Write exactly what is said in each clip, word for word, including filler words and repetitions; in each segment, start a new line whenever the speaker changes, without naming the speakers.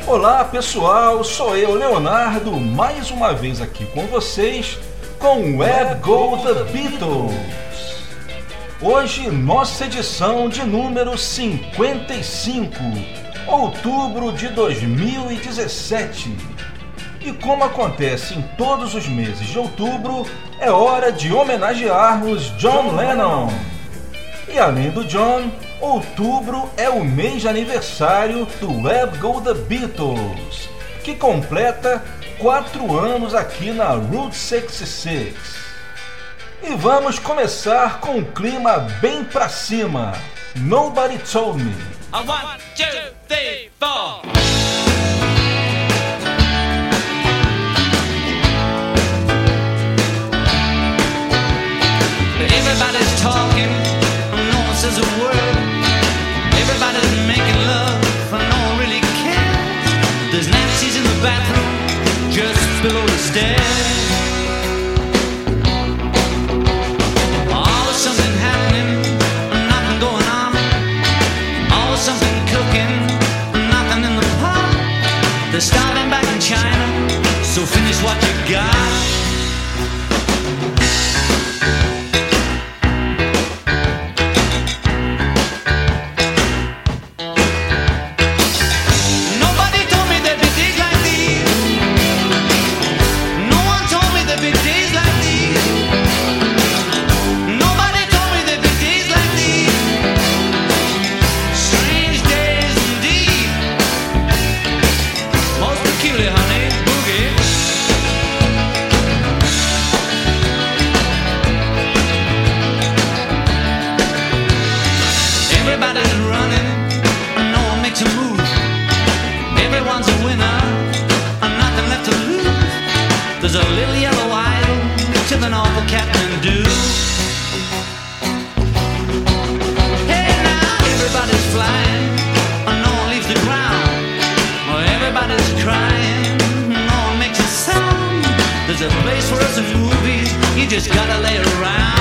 Olá pessoal, sou eu, Leonardo, mais uma vez aqui com vocês com Web Go The Beatles. Hoje nossa edição de número cinquenta e cinco, outubro de dois mil e dezessete. E como acontece em todos os meses de outubro, é hora de homenagearmos John Lennon. E além do John, outubro é o mês de aniversário do Web Go The Beatles, que completa quatro anos aqui na Route sessenta e seis. E vamos começar com um clima bem pra cima. Nobody Told Me.
A one, two, three, four. Everybody's talking, no one says a word. Everybody's making love, no one really cares. There's Nancy's in the bathroom, just below the stairs. Always something happening, nothing going on. Always something cooking, nothing in the pot. They're starving back in China, so finish what you got. There's a little yellow idol to an awful Captain Do. Hey now, everybody's flying, no one leaves the ground. Oh, everybody's crying, no one makes a sound. There's a place for us in movies, you just gotta lay around.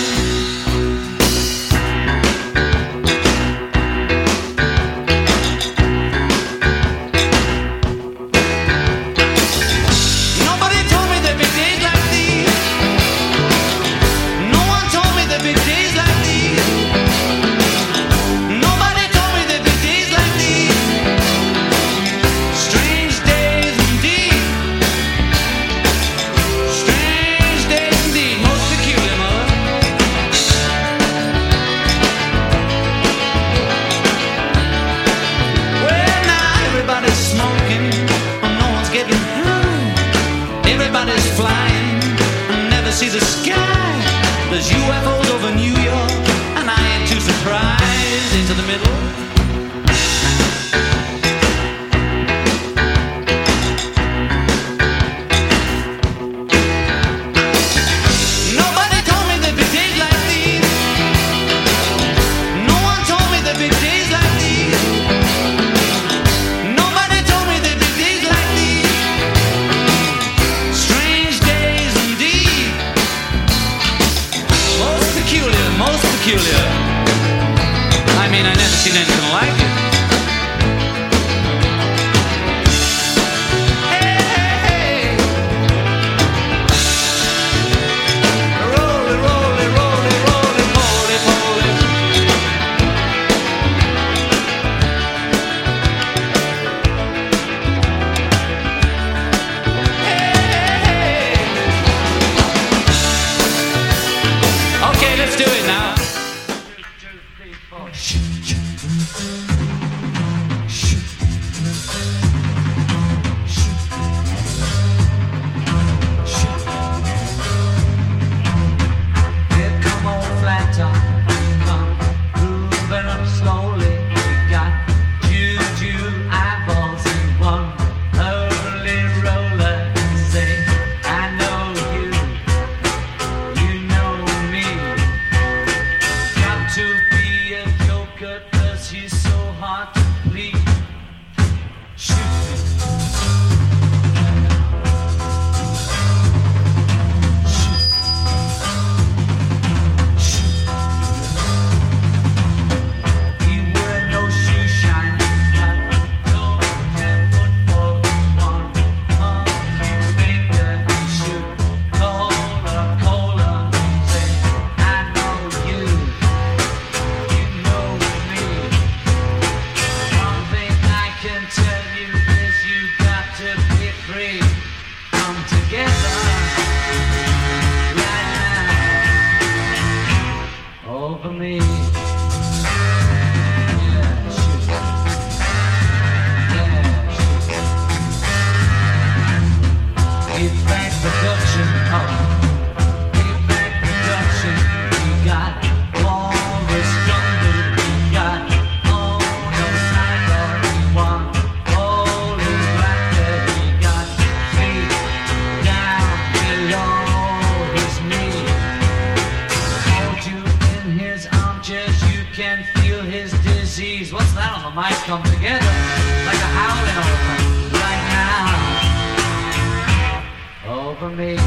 See the sky, there's U F Os over New York, and I ain't too surprised. Into the middle. I mean, I never seen anything like it. Hey, hey, hey. Roll it, roll it, roll it, roll it, roll it, roll it. Hey, hey, hey. Okay, let's do it now. To be a joker 'cause he's so his disease. What's that on the mic? Come together like a howling elephant right now over me.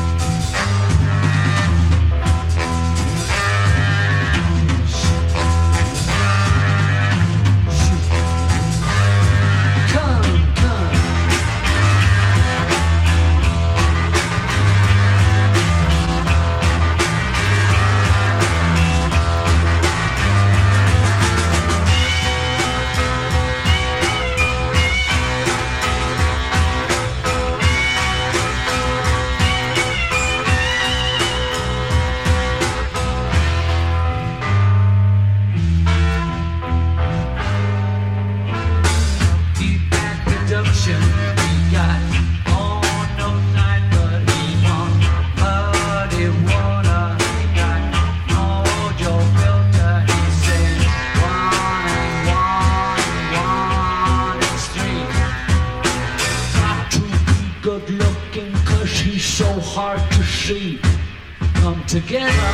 Together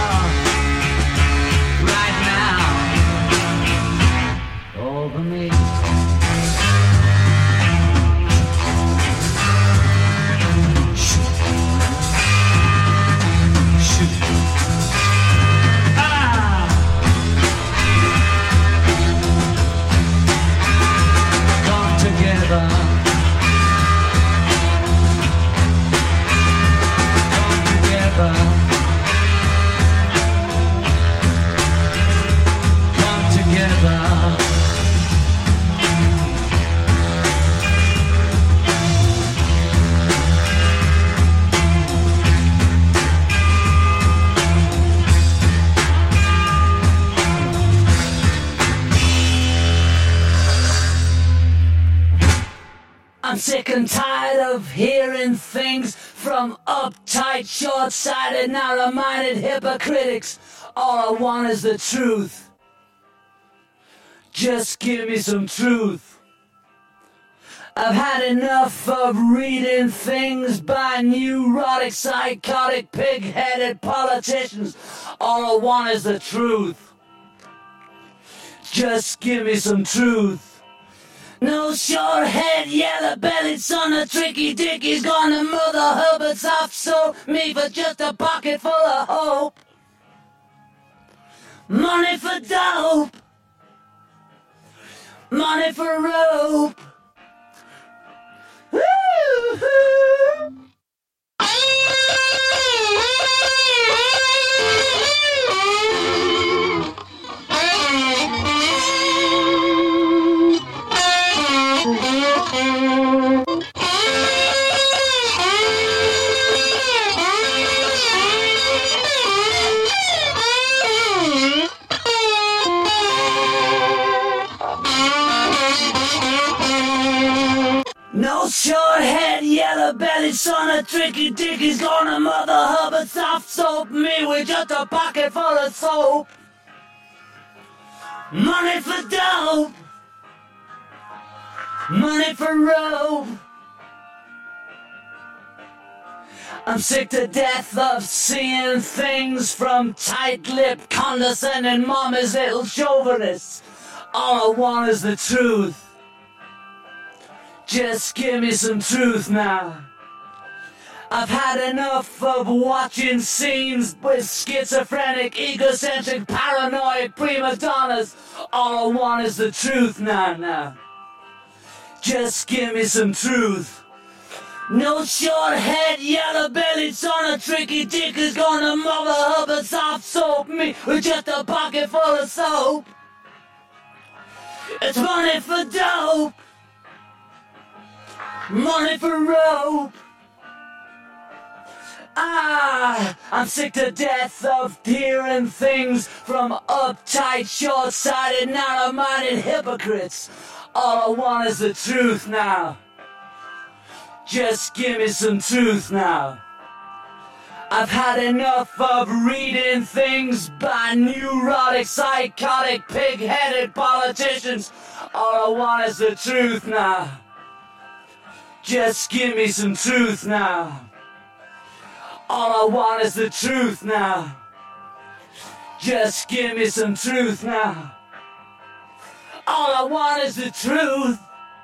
right now over me. Shoot. Shoot. Ah. Come together. Come together. I'm sick and tired of hearing things from uptight, short-sighted, narrow-minded hypocritics. All I want is the truth. Just give me some truth. I've had enough of reading things by neurotic, psychotic, pig-headed politicians. All I want is the truth. Just give me some truth. No short-head, yellow-bellied son of tricky dicky's gonna mother Herbert's off, so me for just a pocket full of hope. Money for dope. Money for rope. Woo-hoo. No short-head, yellow-bellied son of tricky dicky's gonna mother Hubbard soft soap me with just a pocket full of soap. Money for dope. Money for rope. I'm sick to death of seeing things from tight-lipped, condescending mommy's little chauvinists. All I want is the truth. Just give me some truth now. I've had enough of watching scenes with schizophrenic, egocentric, paranoid prima donnas. All I want is the truth now, now. Just give me some truth. No short-head, yellow-bellied son of tricky dick is gonna mother Hubbard soft soap me with just a pocket full of soap. It's money for dope. Money for rope. Ah, I'm sick to death of hearing things from uptight, short-sighted, narrow-minded hypocrites. All I want is the truth now. Just give me some truth now. I've had enough of reading things by neurotic, psychotic, pig-headed politicians. All I want is the truth now. Just give me some truth now. All I want is the truth now. Just give me some truth now. All I want is the truth.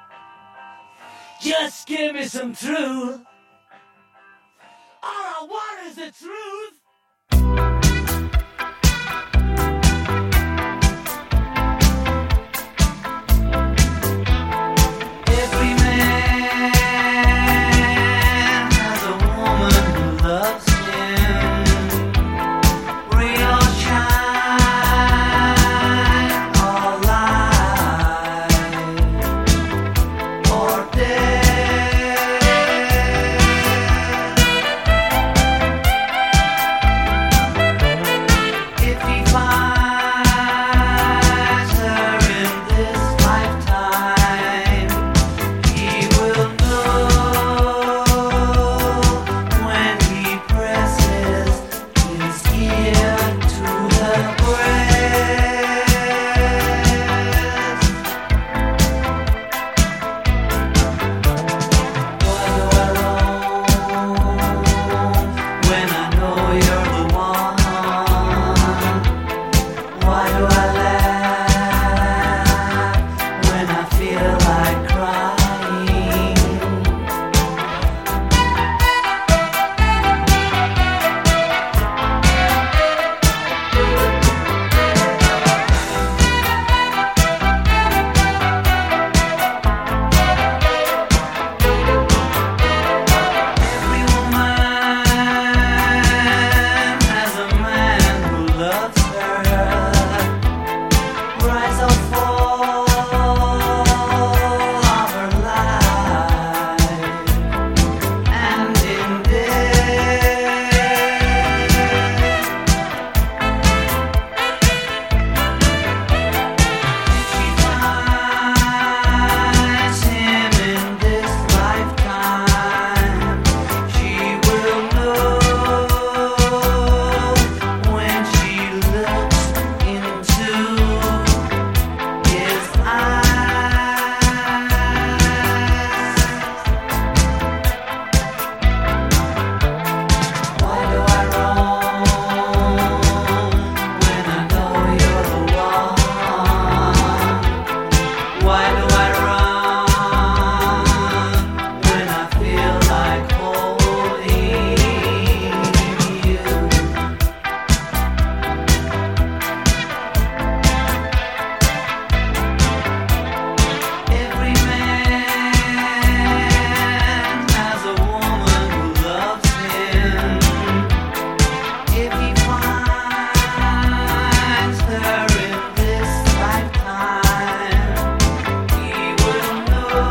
Just give me some truth. All I want is the truth. Every man has a woman who loves him. Rain or shine, or life, or death. If he finds her in this lifetime, he will know when he presses his ear to the breast. Why do I roam when I know you're the one? Why do I laugh when I feel like crying? Every woman has a man who loves her. Rise or fall of her life, and in death. She finds him in this lifetime. She will know when she looks into his eyes. Why do I roam when I know you're the one? Why do I run when I feel like holding you? Every man has a woman who loves him. If he finds her in this lifetime, he will know.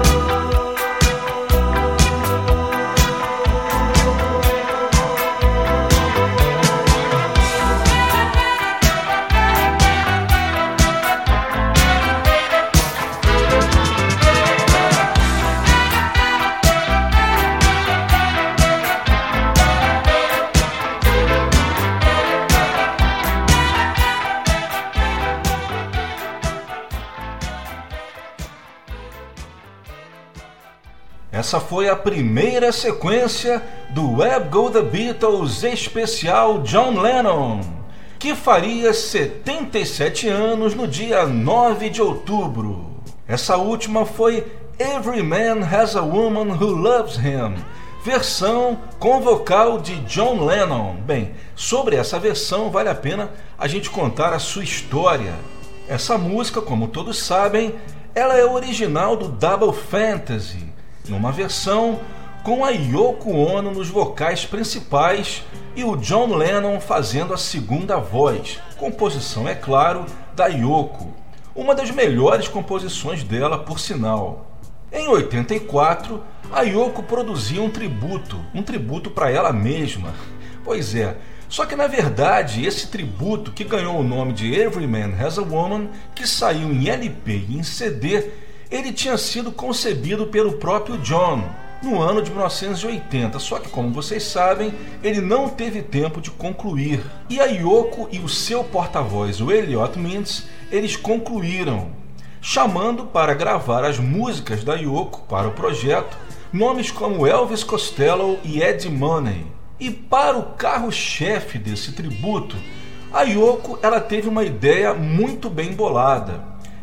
Essa foi a primeira sequência do Web Go The Beatles especial John Lennon, que faria setenta e sete anos no dia nove de outubro. Essa última foi Every Man Has a Woman Who Loves Him, versão com vocal de John Lennon. Bem, sobre essa versão vale a pena a gente contar a sua história. Essa música, como todos sabem, ela é original do Double Fantasy, numa versão com a Yoko Ono nos vocais principais e o John Lennon fazendo a segunda voz, composição, é claro, da Yoko, uma das melhores composições dela, por sinal. Em oitenta e quatro, a Yoko produziu um tributo, um tributo para ela mesma. Pois é, só que na verdade esse tributo, que ganhou o nome de Every Man Has a Woman, que saiu em L P e em C D, ele tinha sido concebido pelo próprio John no ano de mil novecentos e oitenta, só que, como vocês sabem, ele não teve tempo de concluir. E a Yoko e o seu porta-voz, o Elliot Mintz, eles concluíram, chamando para gravar as músicas da Yoko para o projeto nomes como Elvis Costello e Eddie Money. E para o carro-chefe desse tributo, a Yoko ela teve uma ideia muito bem bolada.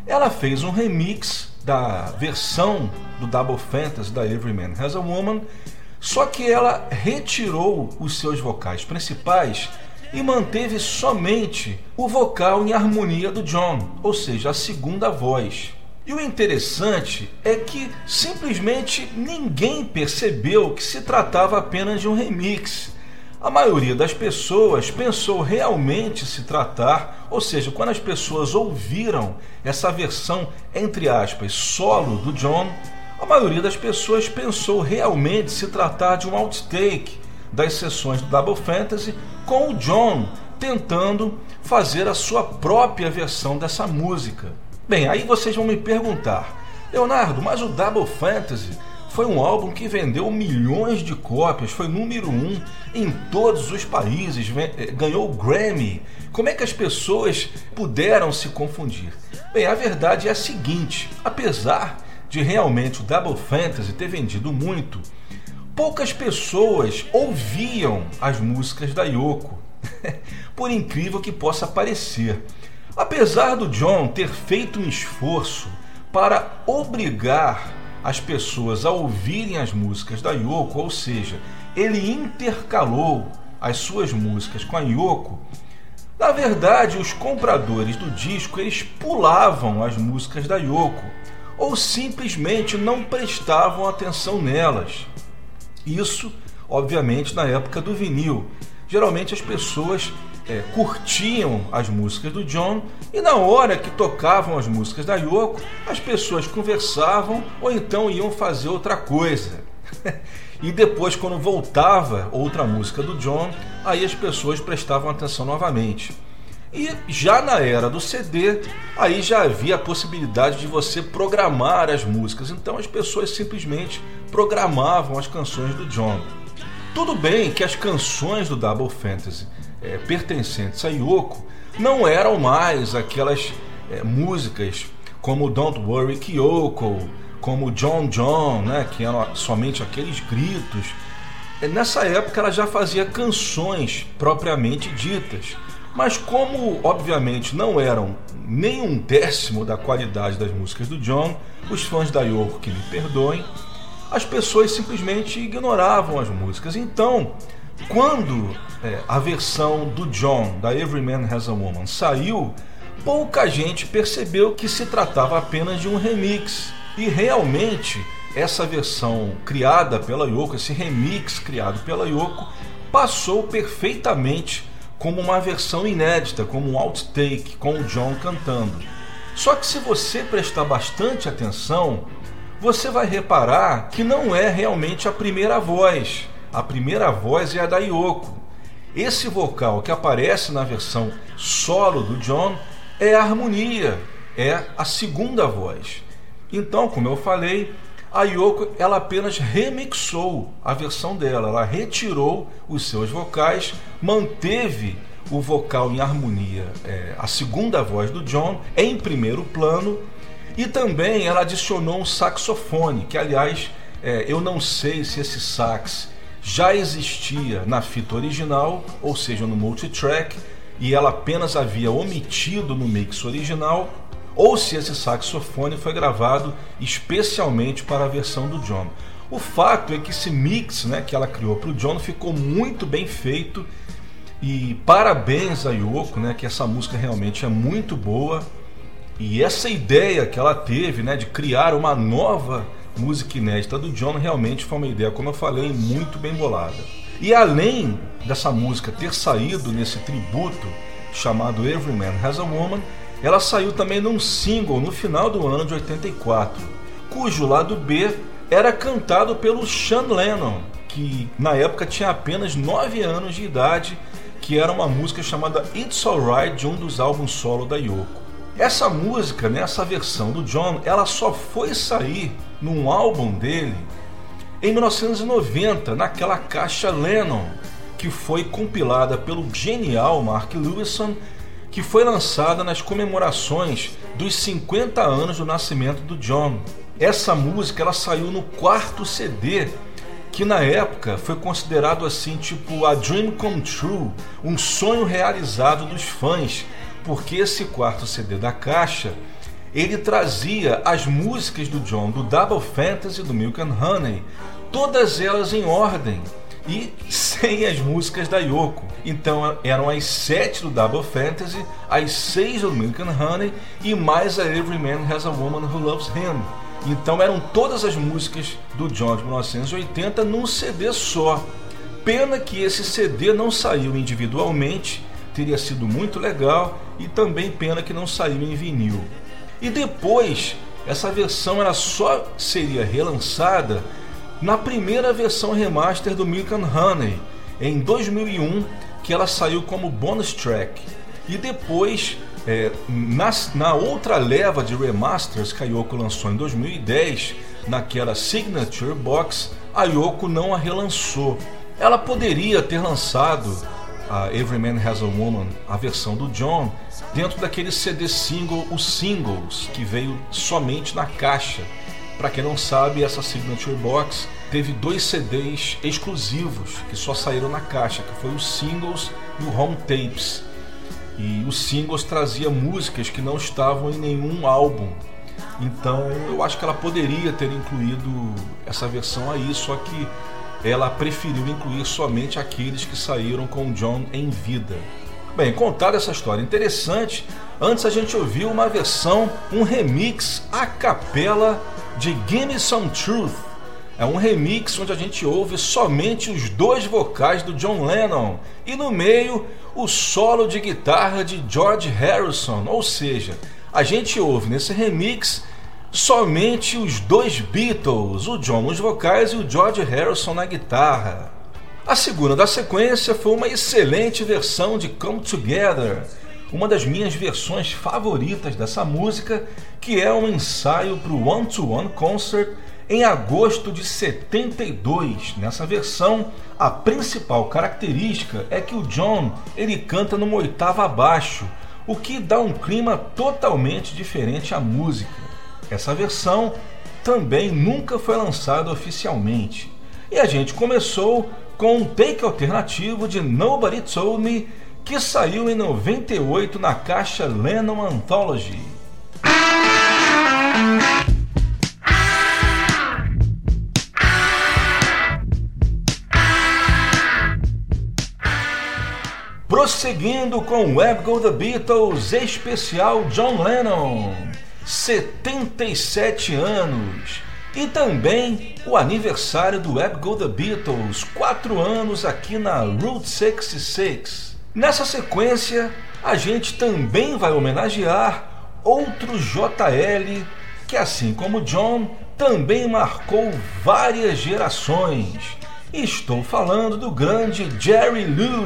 ela fez um remix da versão do Double Fantasy da Every Man Has a Woman, só que ela retirou os seus vocais principais e manteve somente o vocal em harmonia do John, ou seja, a segunda voz. E o interessante é que simplesmente ninguém percebeu que se tratava apenas de um remix. A maioria das pessoas pensou realmente se tratar, ou seja, quando as pessoas ouviram essa versão, entre aspas, solo do John, a maioria das pessoas pensou realmente se tratar de um outtake das sessões do Double Fantasy, com o John tentando fazer a sua própria versão dessa música. Bem, aí vocês vão me perguntar, Leonardo, mas o Double Fantasy foi um álbum que vendeu milhões de cópias, foi número um em todos os países, ganhou o Grammy. Como é que as pessoas puderam se confundir? Bem, a verdade é a seguinte, apesar de realmente o Double Fantasy ter vendido muito, poucas pessoas ouviam as músicas da Yoko, por incrível que possa parecer. Apesar do John ter feito um esforço para obrigar as pessoas a ouvirem as músicas da Yoko, ou seja, ele intercalou as suas músicas com a Yoko, na verdade os compradores do disco eles pulavam as músicas da Yoko ou simplesmente não prestavam atenção nelas. Isso, obviamente, na época do vinil. Geralmente as pessoas é, curtiam as músicas do John e na hora que tocavam as músicas da Yoko, as pessoas conversavam ou então iam fazer outra coisa. E depois, quando voltava outra música do John, aí as pessoas prestavam atenção novamente. E já na era do C D, aí já havia a possibilidade de você programar as músicas. Então as pessoas simplesmente programavam as canções do John. Tudo bem que as canções do Double Fantasy é, pertencentes a Yoko não eram mais aquelas é, músicas como Don't Worry Kyoko, como John John, né, que eram somente aqueles gritos. Nessa época ela já fazia canções propriamente ditas, mas como obviamente não eram nem um décimo da qualidade das músicas do John, os fãs da Yoko que me perdoem, as pessoas simplesmente ignoravam as músicas. Então, quando é, a versão do John, da Every Man Has a Woman, saiu, pouca gente percebeu que se tratava apenas de um remix. E realmente, essa versão criada pela Yoko, esse remix criado pela Yoko, passou perfeitamente como uma versão inédita, como um outtake, com o John cantando. Só que se você prestar bastante atenção, você vai reparar que não é realmente a primeira voz. A primeira voz é a da Yoko. Esse vocal que aparece na versão solo do John é a harmonia, é a segunda voz. Então, como eu falei, a Yoko ela apenas remixou a versão dela, ela retirou os seus vocais, manteve o vocal em harmonia, é, a segunda voz do John em primeiro plano, e também ela adicionou um saxofone, que aliás é, eu não sei se esse sax já existia na fita original, ou seja, no multitrack, e ela apenas havia omitido no mix original, ou se esse saxofone foi gravado especialmente para a versão do John. O fato é que esse mix, né, que ela criou para o John ficou muito bem feito, e parabéns a Yoko, né, que essa música realmente é muito boa. E essa ideia que ela teve, né, de criar uma nova música inédita do John realmente foi uma ideia, como eu falei, muito bem bolada. E além dessa música ter saído nesse tributo chamado Every Man Has a Woman, ela saiu também num single no final do ano de oitenta e quatro, cujo lado B era cantado pelo Sean Lennon, que na época tinha apenas nove anos de idade, que era uma música chamada It's Alright, de um dos álbuns solo da Yoko. Essa música, né, essa versão do John, ela só foi sair num álbum dele em mil novecentos e noventa, naquela caixa Lennon, que foi compilada pelo genial Mark Lewisohn, que foi lançada nas comemorações dos cinquenta anos do nascimento do John. Essa música ela saiu no quarto C D, que na época foi considerado assim, tipo a dream come true, um sonho realizado dos fãs, porque esse quarto C D da caixa, ele trazia as músicas do John, do Double Fantasy, do Milk and Honey, todas elas em ordem e sem as músicas da Yoko. Então eram as sete do Double Fantasy, as seis do Milk and Honey e mais a Every Man Has a Woman Who Loves Him. Então eram todas as músicas do John de mil novecentos e oitenta num C D só. Pena que esse C D não saiu individualmente, teria sido muito legal, e também pena que não saiu em vinil. E depois, essa versão ela só seria relançada na primeira versão remaster do Milk and Honey, em dois mil e um, que ela saiu como bonus track. E depois, é, na, na outra leva de remasters que a Yoko lançou em dois mil e dez, naquela Signature Box, a Yoko não a relançou. Ela poderia ter lançado a Every Man Has a Woman, a versão do John, dentro daquele C D single, os Singles, que veio somente na caixa. Para quem não sabe, essa Signature Box teve dois C Ds exclusivos que só saíram na caixa, que foi os Singles e o Home Tapes. E os Singles trazia músicas que não estavam em nenhum álbum. Então eu acho que ela poderia ter incluído essa versão aí, só que ela preferiu incluir somente aqueles que saíram com o John em vida. Bem, contada essa história interessante, antes a gente ouviu uma versão, um remix a capela de Gimme Some Truth. É um remix onde a gente ouve somente os dois vocais do John Lennon e no meio o solo de guitarra de George Harrison, ou seja, a gente ouve nesse remix somente os dois Beatles, o John nos vocais e o George Harrison na guitarra. A segunda da sequência foi uma excelente versão de Come Together, uma das minhas versões favoritas dessa música, que é um ensaio para o One to One Concert em agosto de setenta e dois. Nessa versão, a principal característica é que o John ele canta numa oitava abaixo, o que dá um clima totalmente diferente à música. Essa versão também nunca foi lançada oficialmente. E a gente começou com um take alternativo de Nobody Told Me, que saiu em noventa e oito na caixa Lennon Anthology. Prosseguindo com o Web Go The Beatles especial John Lennon, setenta e sete anos, e também o aniversário do Web Go The Beatles, quatro anos aqui na Route sessenta e seis. Nessa sequência, a gente também vai homenagear outro J L que, assim como John, também marcou várias gerações. Estou falando do grande Jerry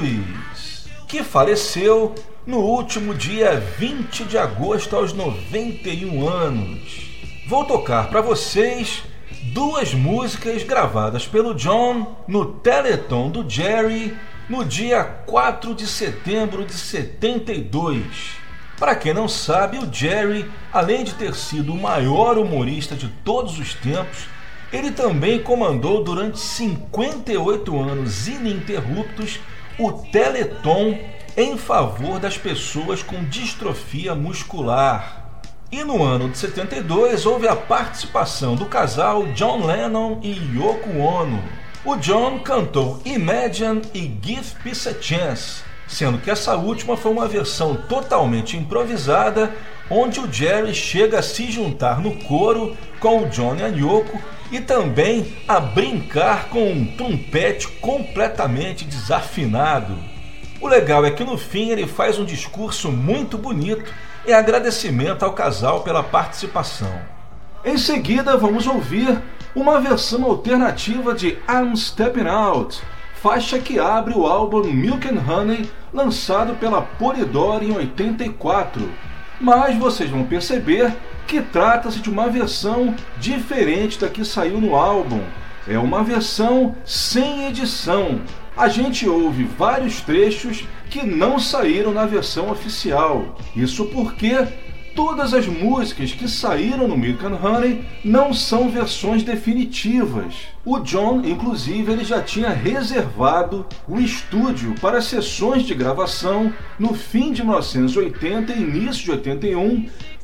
Lewis, que faleceu no último dia vinte de agosto aos noventa e um anos. Vou tocar para vocês duas músicas gravadas pelo John no Teleton do Jerry no dia quatro de setembro de setenta e dois. Para quem não sabe, o Jerry, além de ter sido o maior humorista de todos os tempos, ele também comandou durante cinquenta e oito anos ininterruptos o Teleton em favor das pessoas com distrofia muscular. E no ano de setenta e dois houve a participação do casal John Lennon e Yoko Ono. O John cantou Imagine e Give Peace a Chance, sendo que essa última foi uma versão totalmente improvisada, onde o Jerry chega a se juntar no coro com o John e a Yoko e também a brincar com um trompete completamente desafinado. O legal é que no fim ele faz um discurso muito bonito em agradecimento ao casal pela participação. Em seguida vamos ouvir uma versão alternativa de I'm Stepping Out, faixa que abre o álbum Milk and Honey, lançado pela Polydor em oitenta e quatro. Mas vocês vão perceber que trata-se de uma versão diferente da que saiu no álbum. É uma versão sem edição. A gente ouve vários trechos que não saíram na versão oficial. Isso porque todas as músicas que saíram no Milk and Honey não são versões definitivas. O John, inclusive, ele já tinha reservado o estúdio para sessões de gravação no fim de mil novecentos e oitenta e início de oitenta e um,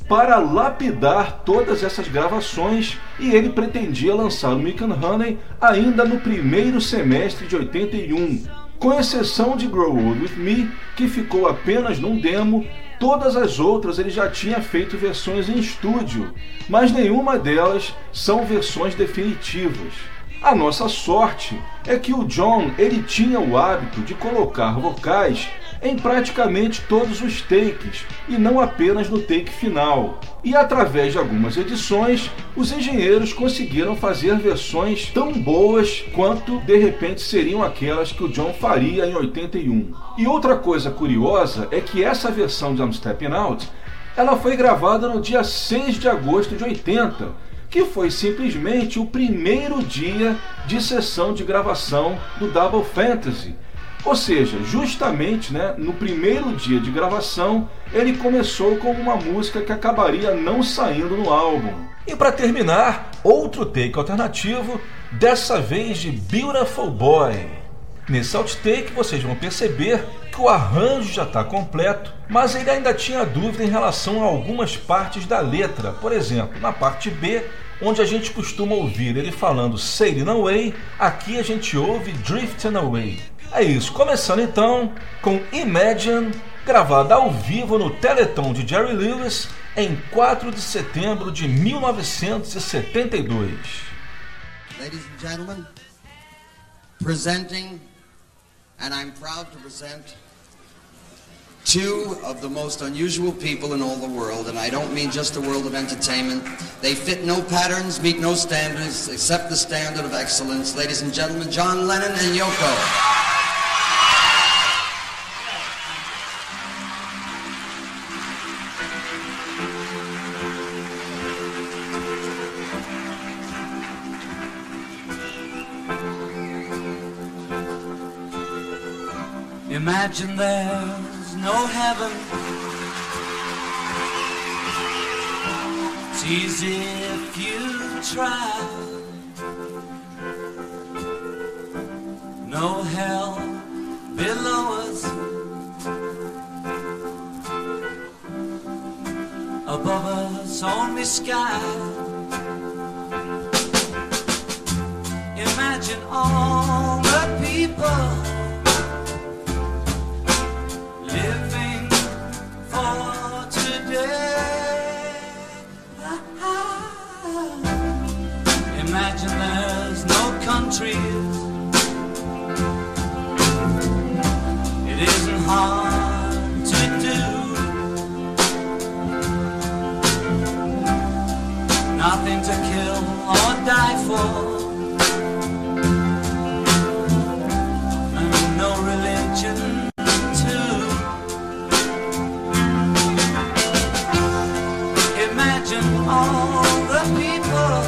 para lapidar todas essas gravações, e ele pretendia lançar o Milk and Honey ainda no primeiro semestre de oitenta e um. Com exceção de Grow Old With Me, que ficou apenas num demo, todas as outras ele já tinha feito versões em estúdio, mas nenhuma delas são versões definitivas. A nossa sorte é que o John ele tinha o hábito de colocar vocais em praticamente todos os takes, e não apenas no take final. E através de algumas edições, os engenheiros conseguiram fazer versões tão boas quanto de repente seriam aquelas que o John faria em oitenta e um. E outra coisa curiosa é que essa versão de I'm Stepping Out, ela foi gravada no dia seis de agosto de oitenta, que foi simplesmente o primeiro dia de sessão de gravação do Double Fantasy. Ou seja, justamente né, no primeiro dia de gravação, ele começou com uma música que acabaria não saindo no álbum. E para terminar, outro take alternativo, dessa vez de Beautiful Boy. Nesse outtake vocês vão perceber que o arranjo já está completo, mas ele ainda tinha dúvida em relação a algumas partes da letra. Por exemplo, na parte B, onde a gente costuma ouvir ele falando Sailing Away, aqui a gente ouve Drifting Away. É isso, começando então com Imagine, gravada ao vivo no Teleton de Jerry Lewis em quatro de setembro de mil novecentos e setenta e dois.
Ladies and gentlemen, presenting, and I'm proud to present, two of the most unusual people in all the world, and I don't mean just the world of entertainment. They fit no patterns, meet no standards, except the standard of excellence. Ladies and gentlemen, John Lennon and Yoko.
Imagine there's no heaven. It's easy if you try. No hell below us. Above us only sky. Imagine all the people living for today. Imagine there's no countries. It isn't hard to do. Nothing to kill or die for. And no religion. Imagine all the people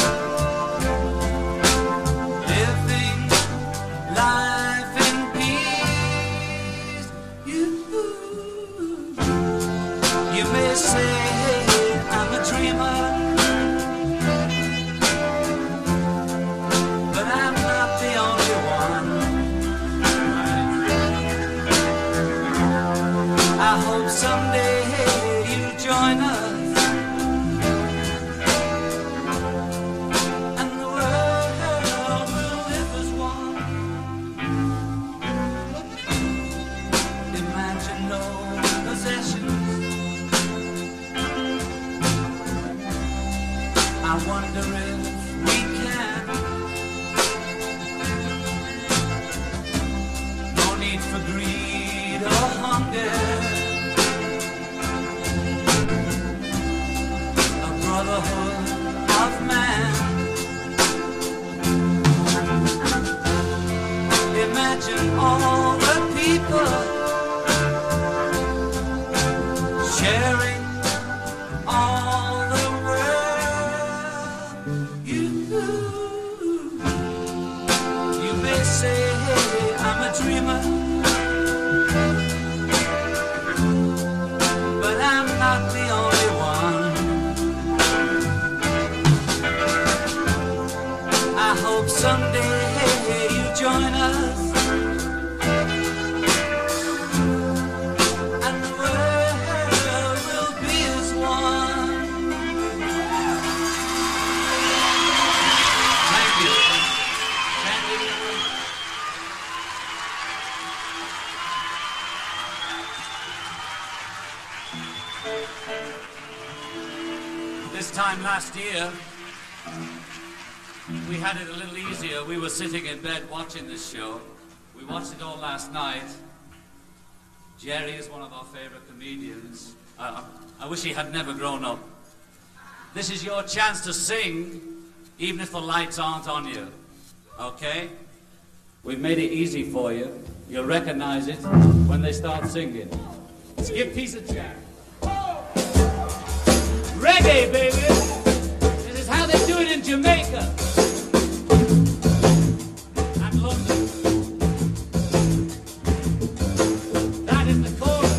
living life in peace. You, you may say I'm a dreamer, but I'm not the only one. I hope someday you'll join us. I wonder if we can. No need for greed or hunger. A brotherhood of man. Imagine all the people sharing all the say I'm a dreamer, but I'm not the only one. I hope someday you join us, and the world will be as one.
last year, we had it a little easier. We were sitting in bed watching this show. We watched it all last night. Jerry is one of our favorite comedians. Uh, I wish he had never grown up. This is your chance to sing, even if the lights aren't on you. Okay? We've made it easy for you. You'll recognize it when they start singing. Let's give peace a chance. Reggae, baby! This is how they do it in Jamaica and London. That is the chorus.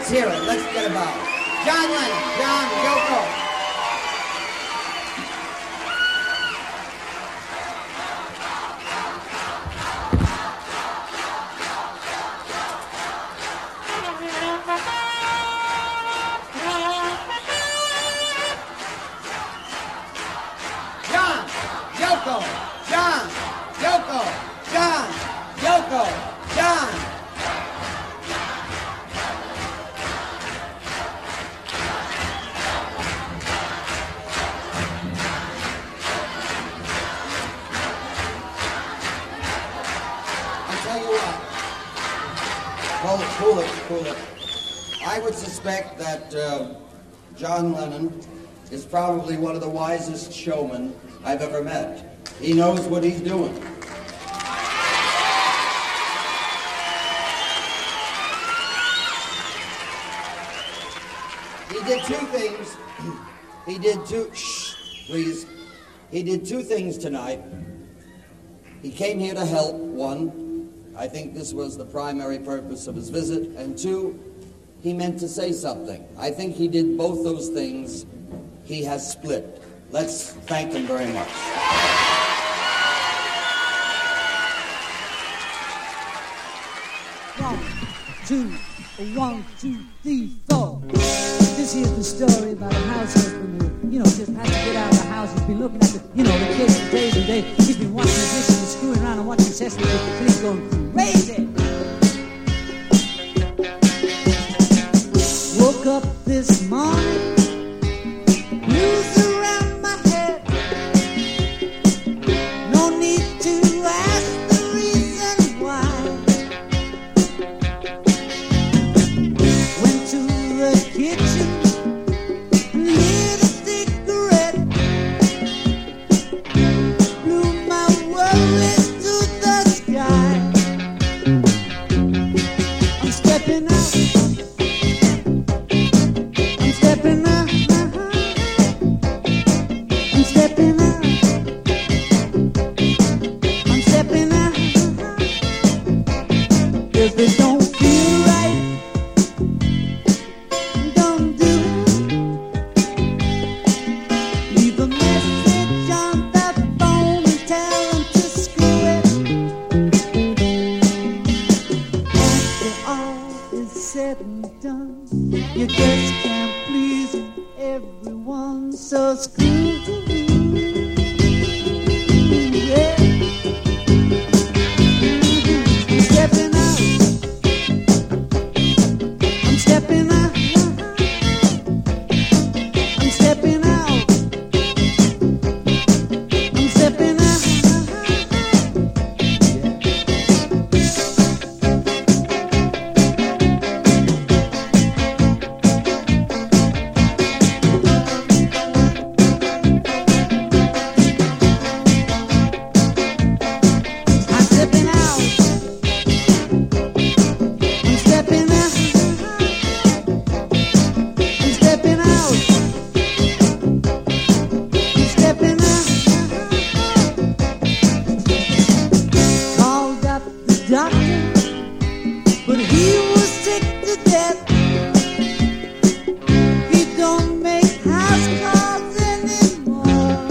Let's hear it. Let's get about it. John Lennon, John, Yoko. John, Yoko, John, Yoko, John, Yoko, John. Well, cool it, cool it. I would suspect that uh, John Lennon is probably one of the wisest showmen I've ever met. He knows what he's doing. He did two things. He did two, shh, please. He did two things tonight. He came here to help, one. I think this was the primary purpose of his visit. And two, he meant to say something. I think he did both those things. He has split. Let's thank him very much.
One, two, one, two, three, four. This here's the story about a house husband who, you know, just has to get out of the house. He's been looking at the, you know, the kids for days and days. He's been watching the dishes and screwing around and watching Sesame Street with the police going crazy. Woke up this morning, blues around my head. No need to ask the reason why. Went to the kitchen and lit a cigarette. Blew my worries to the sky. I'm stepping out. I'm stepping out. I'm stepping out. I'm stepping out. If it don't feel right, don't do it. Leave a message on that phone and tell them to screw it. After all is said and done, you just can't please everyone, so screw it. Yeah. I'm stepping out. I'm stepping out. I'm stepping out. I'm stepping out. I'm stepping out. I'm stepping out. I'm stepping out. I'm stepping out. Called up the doctor, but he was sick to death. He don't make house calls anymore.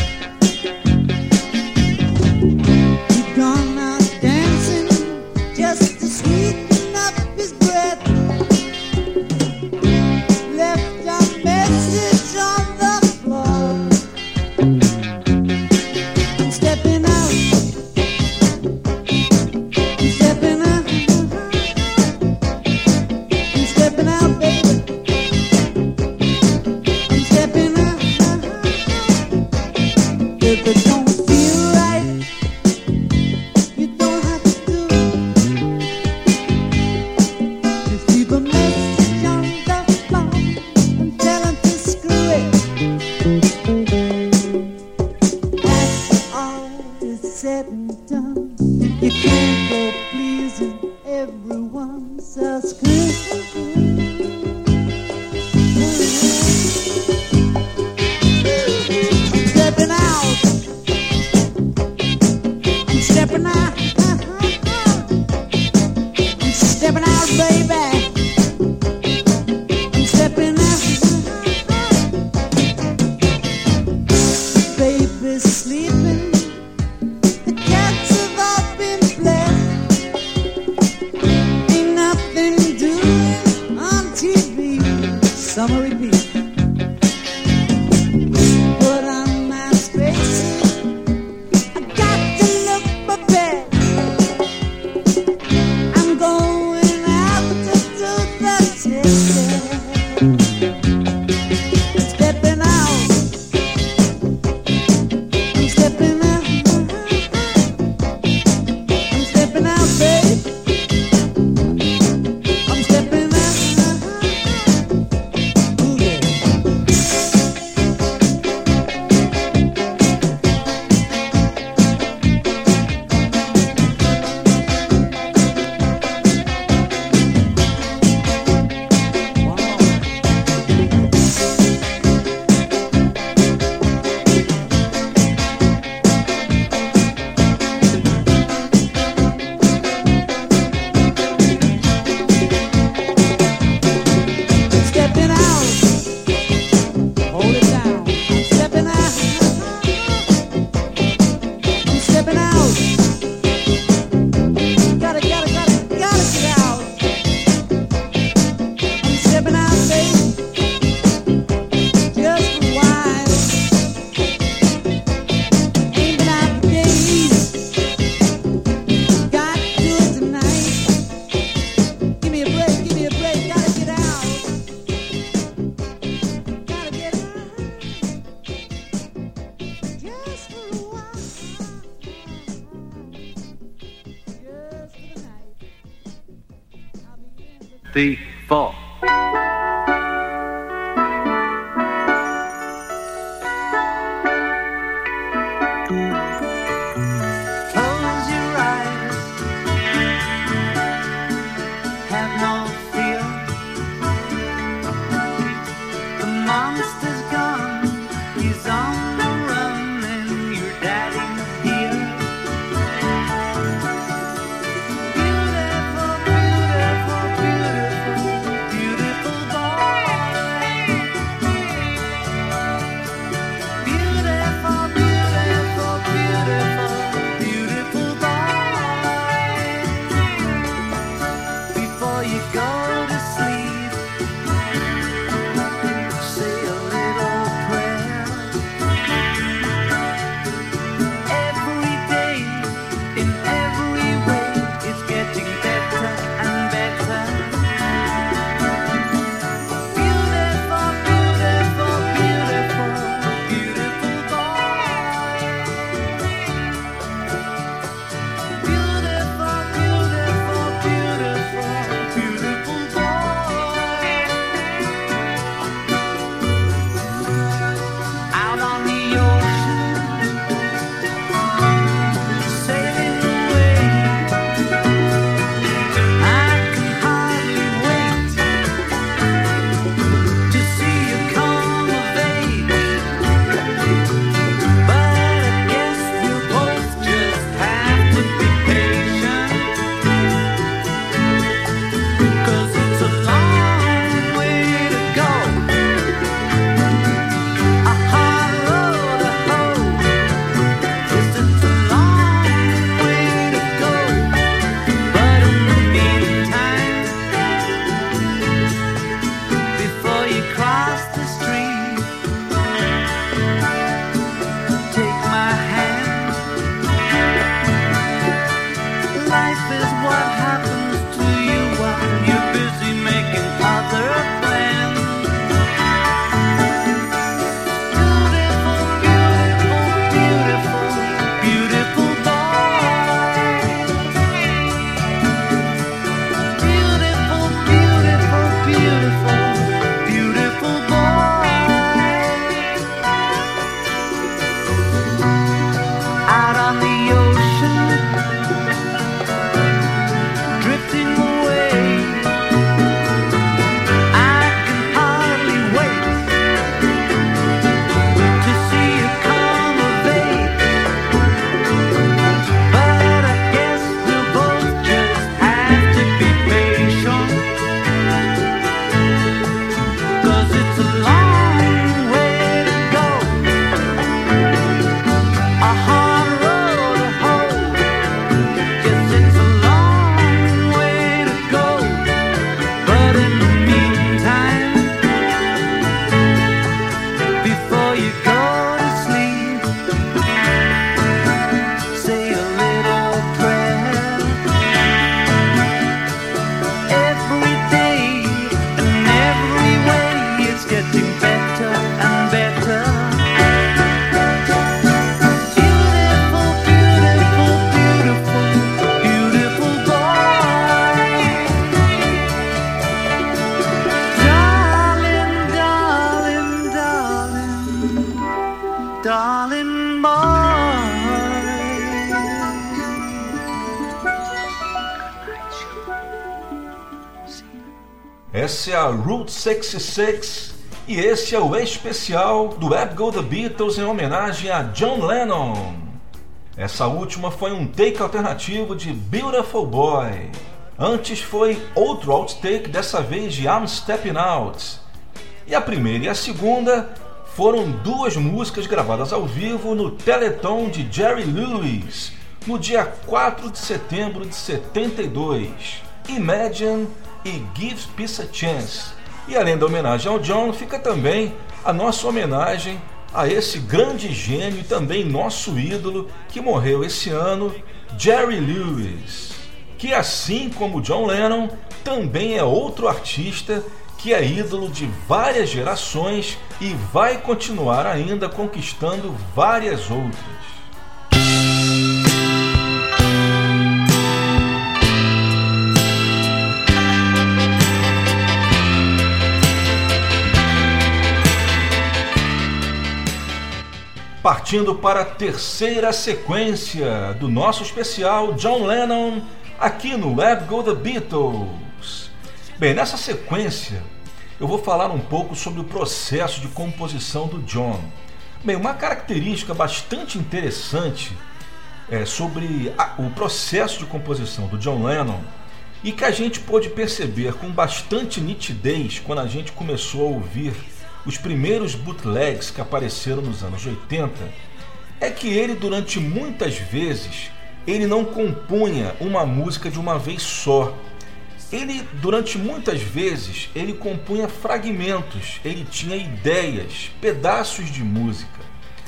He gone out dancing just to sweeten up his breath. Left a message on the floor. I'm stepping out. I'm stepping out. I'm stepping out, baby. I'm stepping out. If it don't feel right, you don't have to do it. Just leave a message on the phone and tell them to screw it. After all is said and done, you can't go pleasing everyone, so screw it. I'm stepping out. I'm stepping out. I'm stepping out, baby.
three, four.
Close your eyes, have no fear. The monster's gone, he's on the run, and your daddy's here. Beautiful, beautiful, beautiful, beautiful boy. Beautiful, beautiful, beautiful, beautiful boy. Before you go to sleep, say a little prayer. Every day, in every way, it's getting better and better. Beautiful, beautiful, beautiful, beautiful boy. Beautiful, beautiful, beautiful, beautiful boy. Out on the ocean, sailing away. I can hardly wait to see you come of age. But I guess you both just have to be patient, 'cause it's a long way to go, a hard road to hoe. Yes, it's a long way to go, but in the meantime, before you cross the street, take my hand. Life is what happens to you while you're busy making other plans. Beautiful, beautiful, beautiful, beautiful boy. Beautiful, beautiful, beautiful, beautiful boy. Out on the ocean, drifting away. I can hardly wait to see you come of age. But I guess we'll both just have to be patient, 'cause it's a long way to go, a hard road to hoe. Yes, it's a long way to go, but in the meantime, before you go to sleep, say a little prayer. Every day and every way, it's getting better and better. Beautiful, beautiful, beautiful, beautiful boy. Darling, darling, darling, darling boy.
Essa é a Route sessenta e seis e esse é o especial do Web Go The Beatles em homenagem a John Lennon. Essa última foi um take alternativo de Beautiful Boy. Antes foi outro outtake, dessa vez de I'm Stepping Out. E a primeira e a segunda foram duas músicas gravadas ao vivo no Teleton de Jerry Lewis, no dia quatro de setembro de setenta e dois. Imagine e Give Peace a Chance. E além da homenagem ao John, fica também a nossa homenagem a esse grande gênio e também nosso ídolo que morreu esse ano, Jerry Lewis, que assim como John Lennon, também é outro artista que é ídolo de várias gerações e vai continuar ainda conquistando várias outras. partindo para a terceira sequência do nosso especial John Lennon aqui no Web Go The Beatles. Bem, nessa sequência eu vou falar um pouco sobre o processo de composição do John. Bem, uma característica bastante interessante é sobre a, o processo de composição do John Lennon e que a gente pôde perceber com bastante nitidez quando a gente começou a ouvir os primeiros bootlegs que apareceram nos anos oitenta, é que ele, durante muitas vezes, ele não compunha uma música de uma vez só. Ele, durante muitas vezes, ele compunha fragmentos, ele tinha ideias, pedaços de música.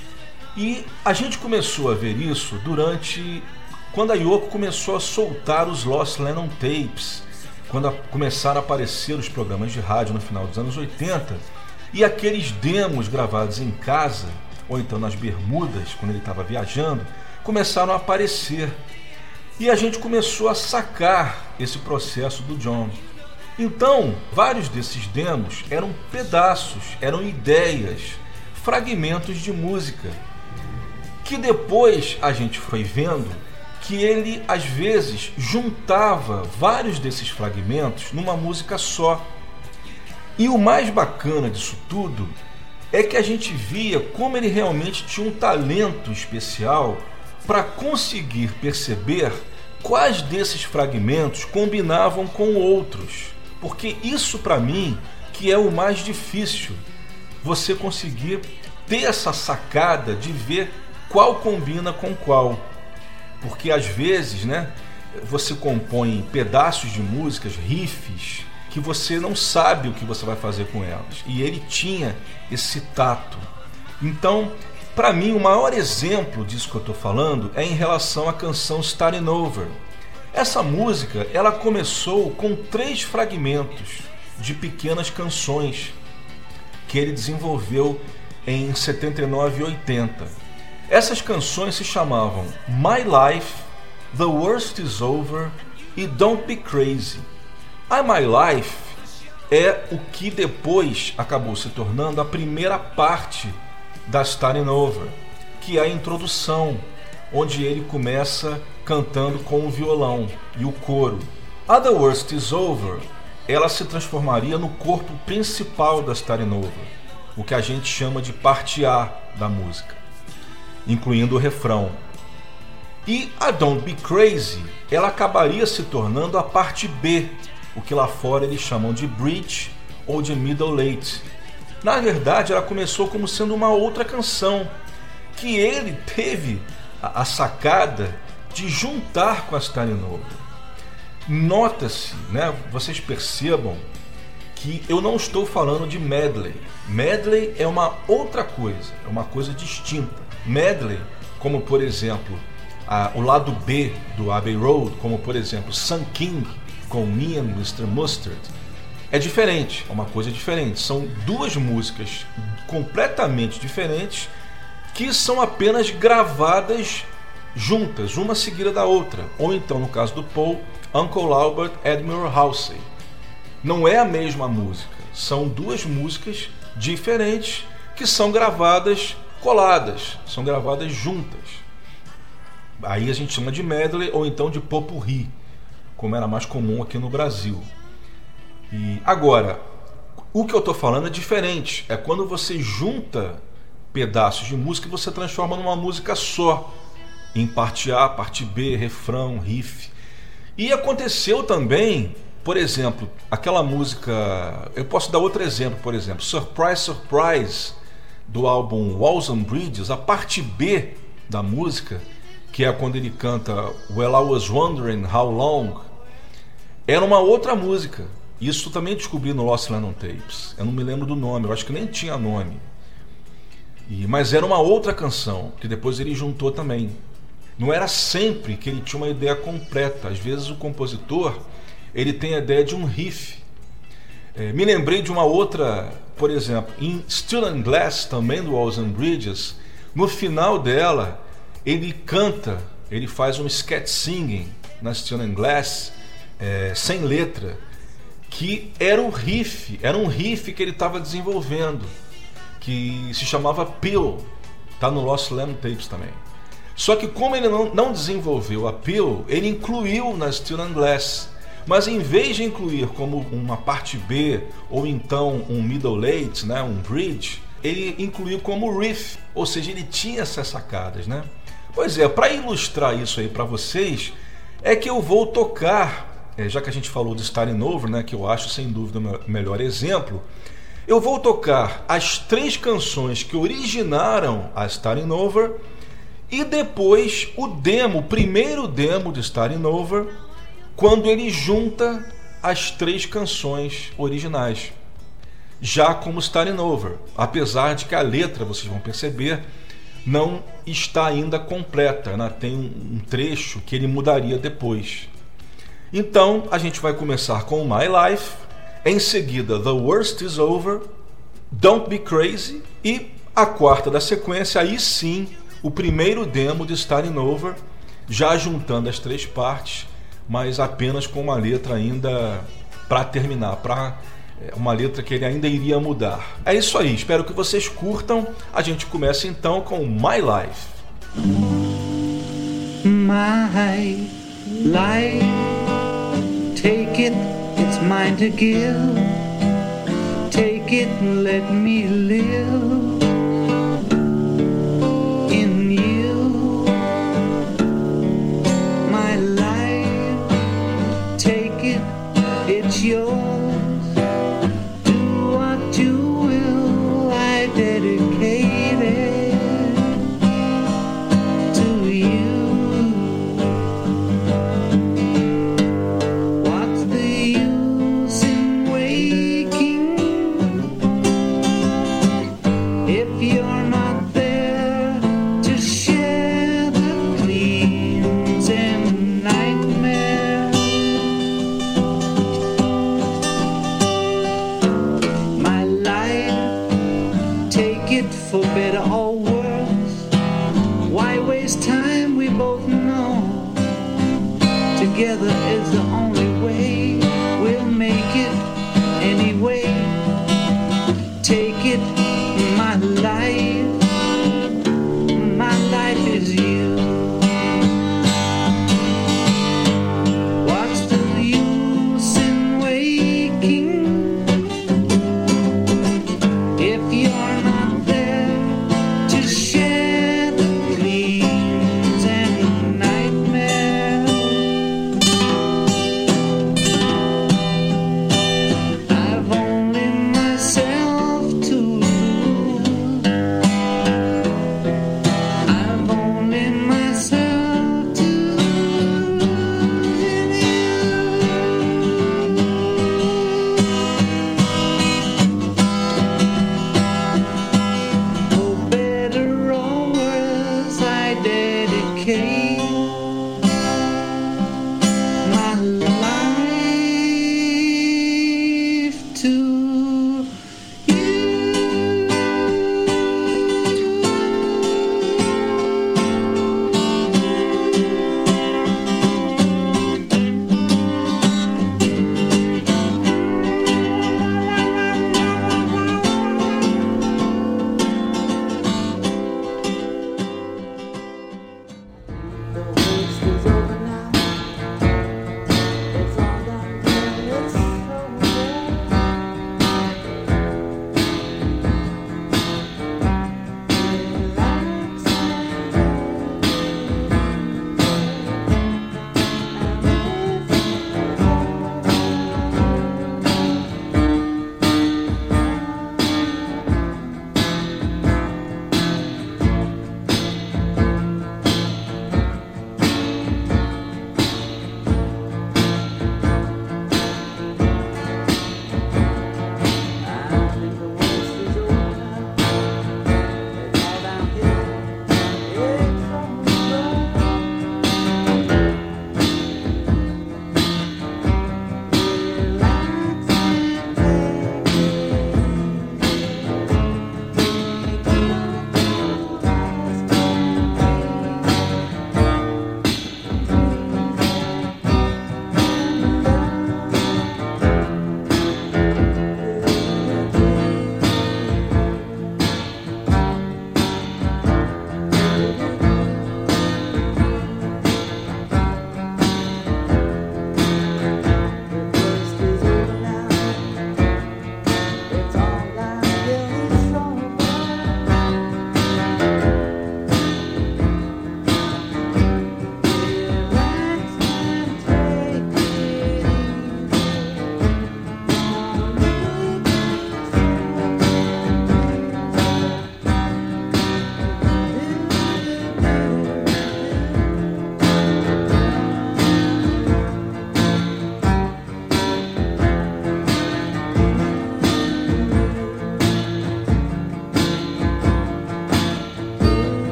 E a gente começou a ver isso durante quando a Yoko começou a soltar os Lost Lennon Tapes, quando a, começaram a aparecer os programas de rádio no final dos anos oitenta, e aqueles demos gravados em casa, ou então nas Bermudas, quando ele estava viajando, começaram a aparecer. E a gente começou a sacar esse processo do John. Então, vários desses demos eram pedaços, eram ideias, fragmentos de música, que depois a gente foi vendo que ele, às vezes, juntava vários desses fragmentos numa música só. E o mais bacana disso tudo é que a gente via como ele realmente tinha um talento especial para conseguir perceber quais desses fragmentos combinavam com outros. Porque isso, para mim, que é o mais difícil, você conseguir ter essa sacada de ver qual combina com qual. Porque às vezes, né, você compõe pedaços de músicas, riffs, que você não sabe o que você vai fazer com elas. E ele tinha esse tato. Então, para mim, o maior exemplo disso que eu estou falando é em relação à canção Starting Over. Essa música, ela começou com três fragmentos de pequenas canções que ele desenvolveu em setenta e nove e oitenta. Essas canções se chamavam My Life, The Worst Is Over e Don't Be Crazy. I My Life é o que depois acabou se tornando a primeira parte da Starting Over, que é a introdução, onde ele começa cantando com o violão e o coro. A The Worst Is Over, ela se transformaria no corpo principal da Starting Over, o que a gente chama de parte A da música, incluindo o refrão. E a Don't Be Crazy, ela acabaria se tornando a parte B, o que lá fora eles chamam de bridge ou de middle late. Na verdade, ela começou como sendo uma outra canção, que ele teve a, a sacada de juntar com a Starting Over. Nota-se, né, vocês percebam que eu não estou falando de medley. Medley é uma outra coisa, é uma coisa distinta. Medley, como por exemplo a, o lado B do Abbey Road, como por exemplo Sun King com Me and mister Mustard, é diferente, é uma coisa diferente. São duas músicas completamente diferentes que são apenas gravadas juntas, uma seguida da outra. Ou então, no caso do Paul, Uncle Albert, Admiral Halsey. Não é a mesma música, são duas músicas diferentes que são gravadas coladas, são gravadas juntas. Aí a gente chama de medley ou então de pot-pourri, como era mais comum aqui no Brasil. E agora, o que eu estou falando é diferente. É quando você junta pedaços de música e você transforma numa música só, em parte A, parte B, refrão, riff. E aconteceu também, por exemplo, aquela música, eu posso dar outro exemplo, por exemplo, Surprise, Surprise, do álbum Walls and Bridges, a parte B da música, que é quando ele canta Well, I Was Wondering How Long, era uma outra música. Isso também descobri no Lost Lennon Tapes. Eu não me lembro do nome, eu acho que nem tinha nome. E, mas era uma outra canção, que depois ele juntou também. Não era sempre que ele tinha uma ideia completa. Às vezes o compositor, ele tem a ideia de um riff. É, me lembrei de uma outra, por exemplo, em Steel and Glass, também do Walls and Bridges, no final dela, ele canta, ele faz um sketch singing na Steel and Glass, é, sem letra, que era um riff, era um riff que ele estava desenvolvendo, que se chamava Pill, Tá no Lost Lamb Tapes também. Só que como ele não, não desenvolveu appeal, ele incluiu na Steel and Glass. Mas em vez de incluir como uma parte B ou então um middle late, né, um bridge, ele incluiu como riff, ou seja, ele tinha essas sacadas, né? Pois é, para ilustrar isso aí para vocês, é que eu vou tocar, é, já que a gente falou de Starting Over, né, que eu acho sem dúvida o melhor exemplo, eu vou tocar as três canções que originaram a Starting Over e depois o demo, o primeiro demo de Starting Over, quando ele junta as três canções originais, já como Starting Over, apesar de que a letra, vocês vão perceber, não está ainda completa, né? Tem um trecho que ele mudaria depois. Então a gente vai começar com My Life, em seguida The Worst Is Over, Don't Be Crazy e a quarta da sequência, aí sim, o primeiro demo de Starting Over, já juntando as três partes, mas apenas com uma letra ainda para terminar, para uma letra que ele ainda iria mudar. É isso aí, espero que vocês curtam. A gente começa então com My Life.
My life, take it, it's mine to give. Take it and let me live in you. My life, take it, it's yours. Together is the only way. We'll make it anyway. Take it, my life. My life is you. What's the use in waking if you're not there to share the dreams and nightmares?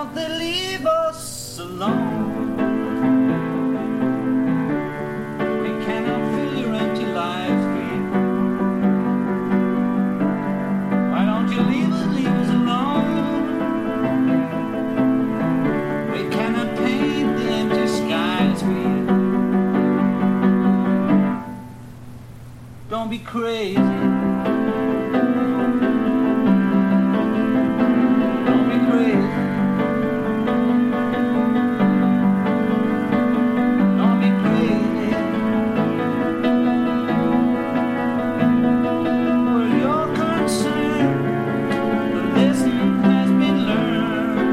don't they leave us alone? We cannot fill your empty lives with you. Why don't you leave us, leave us alone? We cannot paint the empty skies with you. Don't be crazy. Don't be crazy. Don't be crazy. Where you're concerned, the lesson has been learned.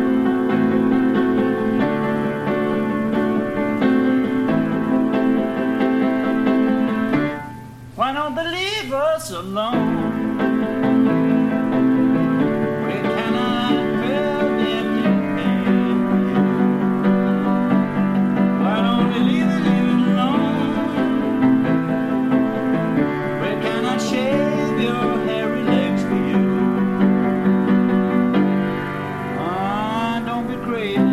Why don't they leave us alone? We cannot fill the empty pain. Why don't we leave it, leave it alone? We cannot shave your hairy legs for you. Ah, don't be crazy.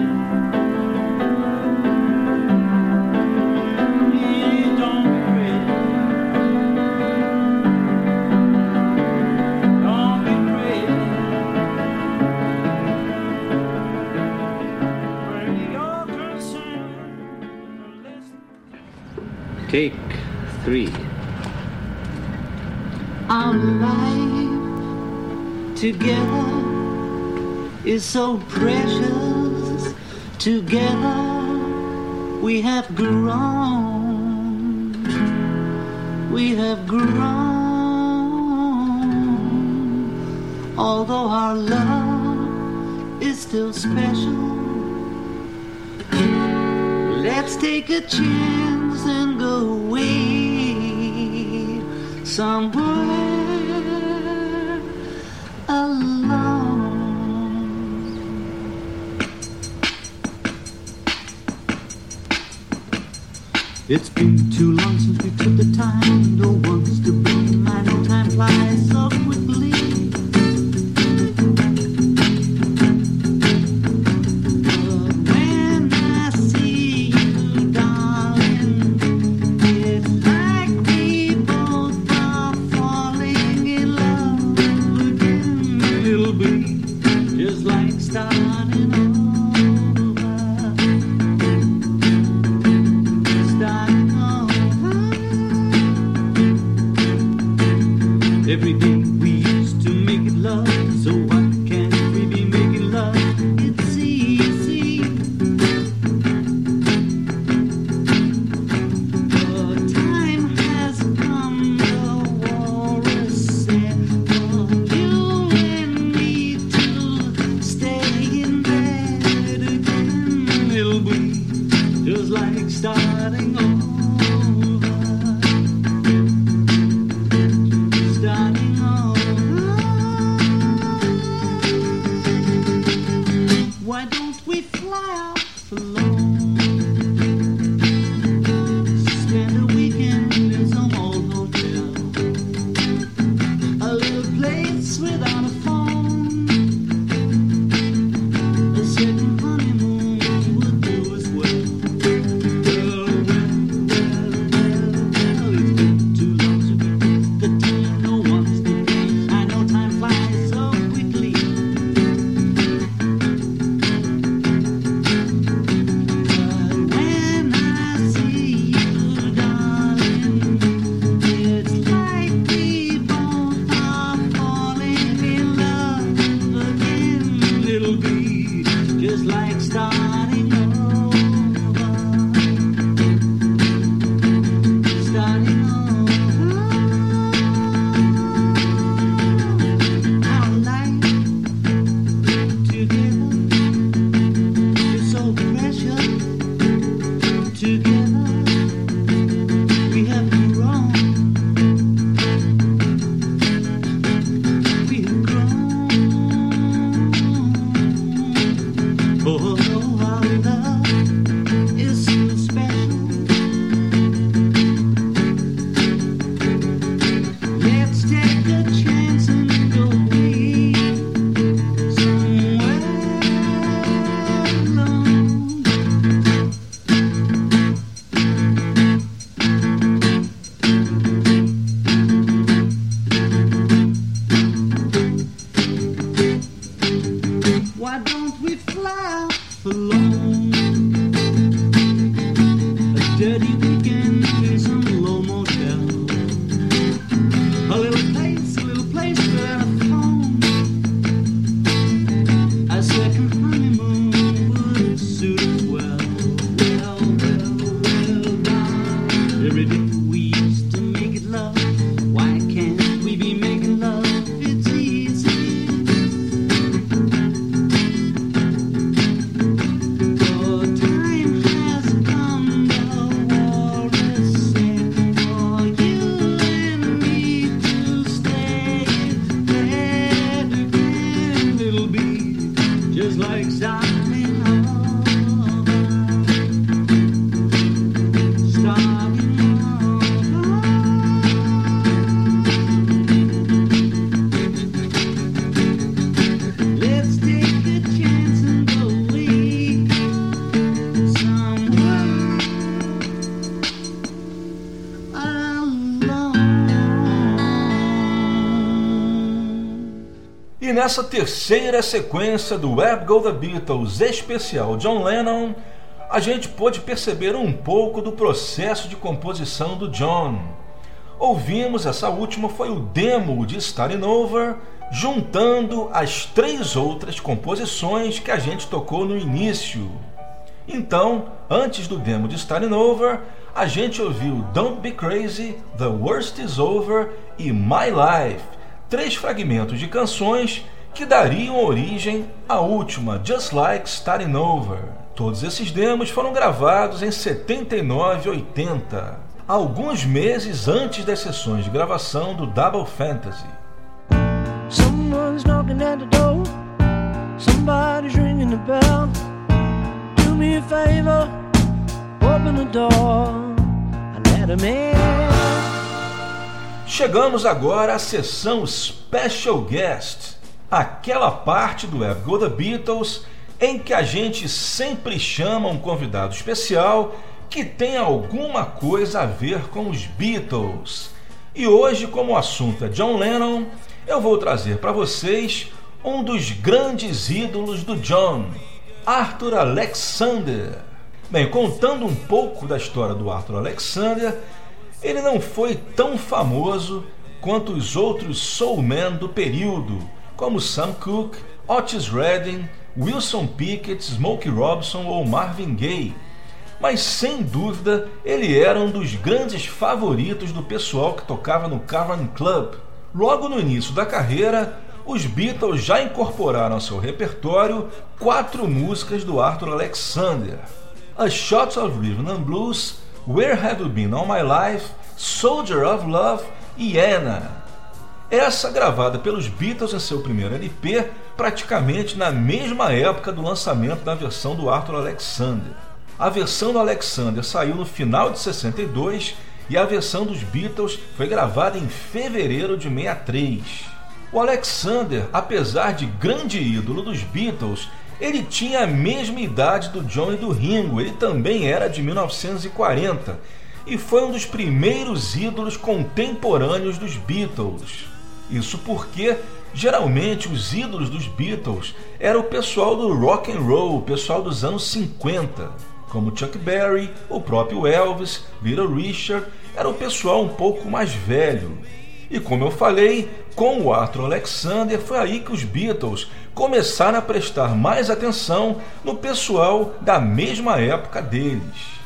Please don't be crazy. Don't be crazy. Where you're concerned, listen.
Take three.
Our life together is so precious. Together we have grown. We have grown. Although our love is still special, let's take a chance and go away somewhere alone. It's been too long since we took the time. No one's to blame. I know time flies so quickly. But when I see you, darling, it's like we both are falling in love again. It'll be just like starting over. Starting over. Every day we used to make it love, so why can't we be making love? It's easy. The time has come, the war is set for you and me to stay in bed again. It'll be just like starting over. Starting over. Why don't we fly out alone? Spend a weekend in some old hotel, a little place without a phone. A second honeymoon would do as well. Well, well, well, well, well, it's been too long since we took the time. No one's to blame. I know time flies so quickly. But when I see you, darling, it's like we both are falling in love again. It'll be just like starting over. Starting over. Our life together is so precious. Together we have grown. We have grown. Oh, our love is so special. Let's take a chance and go away somewhere we fly alone. A dirty weekend in some low motel. A little place, a little place without a phone. A second honeymoon would suit us well. Well, well, well, darling. Every day we used to make it love. Why can't we be making love? It's easy. The time has come, the war is set for you and me to stay. There again it'll be just like starting over. Starting over. Let's take a chance and go away somewhere alone.
E nessa terceira sequência do Where Go the Beatles especial John Lennon, a gente pôde perceber um pouco do processo de composição do John. Ouvimos, essa última foi o demo de Starting Over, juntando as três outras composições que a gente tocou no início. Então, antes do demo de Starting Over, a gente ouviu Don't Be Crazy, The Worst Is Over e My Life, três fragmentos de canções que dariam origem à última, Just Like Starting Over. Todos esses demos foram gravados em setenta e nove e oitenta, alguns meses antes das sessões de gravação do Double Fantasy.
Someone's knocking at the door. Somebody's ringing the bell. Do me a favor, open the door and let him in.
Chegamos agora à sessão Special Guest, aquela parte do Where Go the Beatles em que a gente sempre chama um convidado especial que tem alguma coisa a ver com os Beatles. E hoje, como o assunto é John Lennon, eu vou trazer para vocês um dos grandes ídolos do John, Arthur Alexander. Bem, contando um pouco da história do Arthur Alexander, ele não foi tão famoso quanto os outros soulmen do período, como Sam Cooke, Otis Redding, Wilson Pickett, Smokey Robinson ou Marvin Gaye. Mas sem dúvida ele era um dos grandes favoritos do pessoal que tocava no Cavern Club. Logo no início da carreira, os Beatles já incorporaram ao seu repertório quatro músicas do Arthur Alexander: A Shot of Rhythm and Blues, Where Have You Been All My Life, Soldier of Love e Anna. Essa gravada pelos Beatles em seu primeiro L P, praticamente na mesma época do lançamento da versão do Arthur Alexander. A versão do Alexander saiu no final de sessenta e dois e a versão dos Beatles foi gravada em fevereiro de sessenta e três. O Alexander, apesar de grande ídolo dos Beatles, ele tinha a mesma idade do John e do Ringo, ele também era de mil novecentos e quarenta e foi um dos primeiros ídolos contemporâneos dos Beatles. Isso porque, geralmente, os ídolos dos Beatles eram o pessoal do rock and roll, o pessoal dos anos cinquenta, como Chuck Berry, o próprio Elvis, Little Richard, era o pessoal um pouco mais velho. E como eu falei, com o Arthur Alexander foi aí que os Beatles começaram a prestar mais atenção no pessoal da mesma época deles.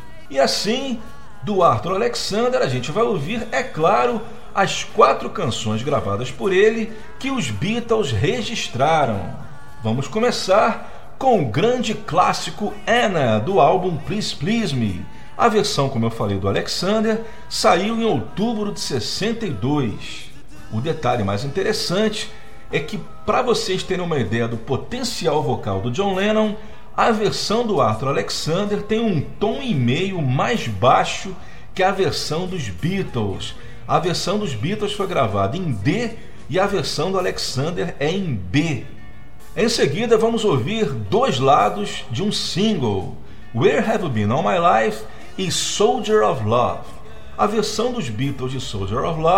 E assim, do Arthur Alexander a gente vai ouvir, é claro, as quatro canções gravadas por ele que os Beatles registraram. Vamos começar com o grande clássico Anna, do álbum Please Please Me. A versão, como eu falei, do Alexander saiu em outubro de sessenta e dois. O detalhe mais interessante é que, para vocês terem uma ideia do potencial vocal do John Lennon, a versão do Arthur Alexander tem um tom e meio mais baixo que a versão dos Beatles. A versão dos Beatles foi gravada em D e a versão do Alexander é em B. Em seguida, vamos ouvir dois lados de um single, Where Have You Been All My Life e Soldier of Love. A versão dos Beatles de Soldier of Love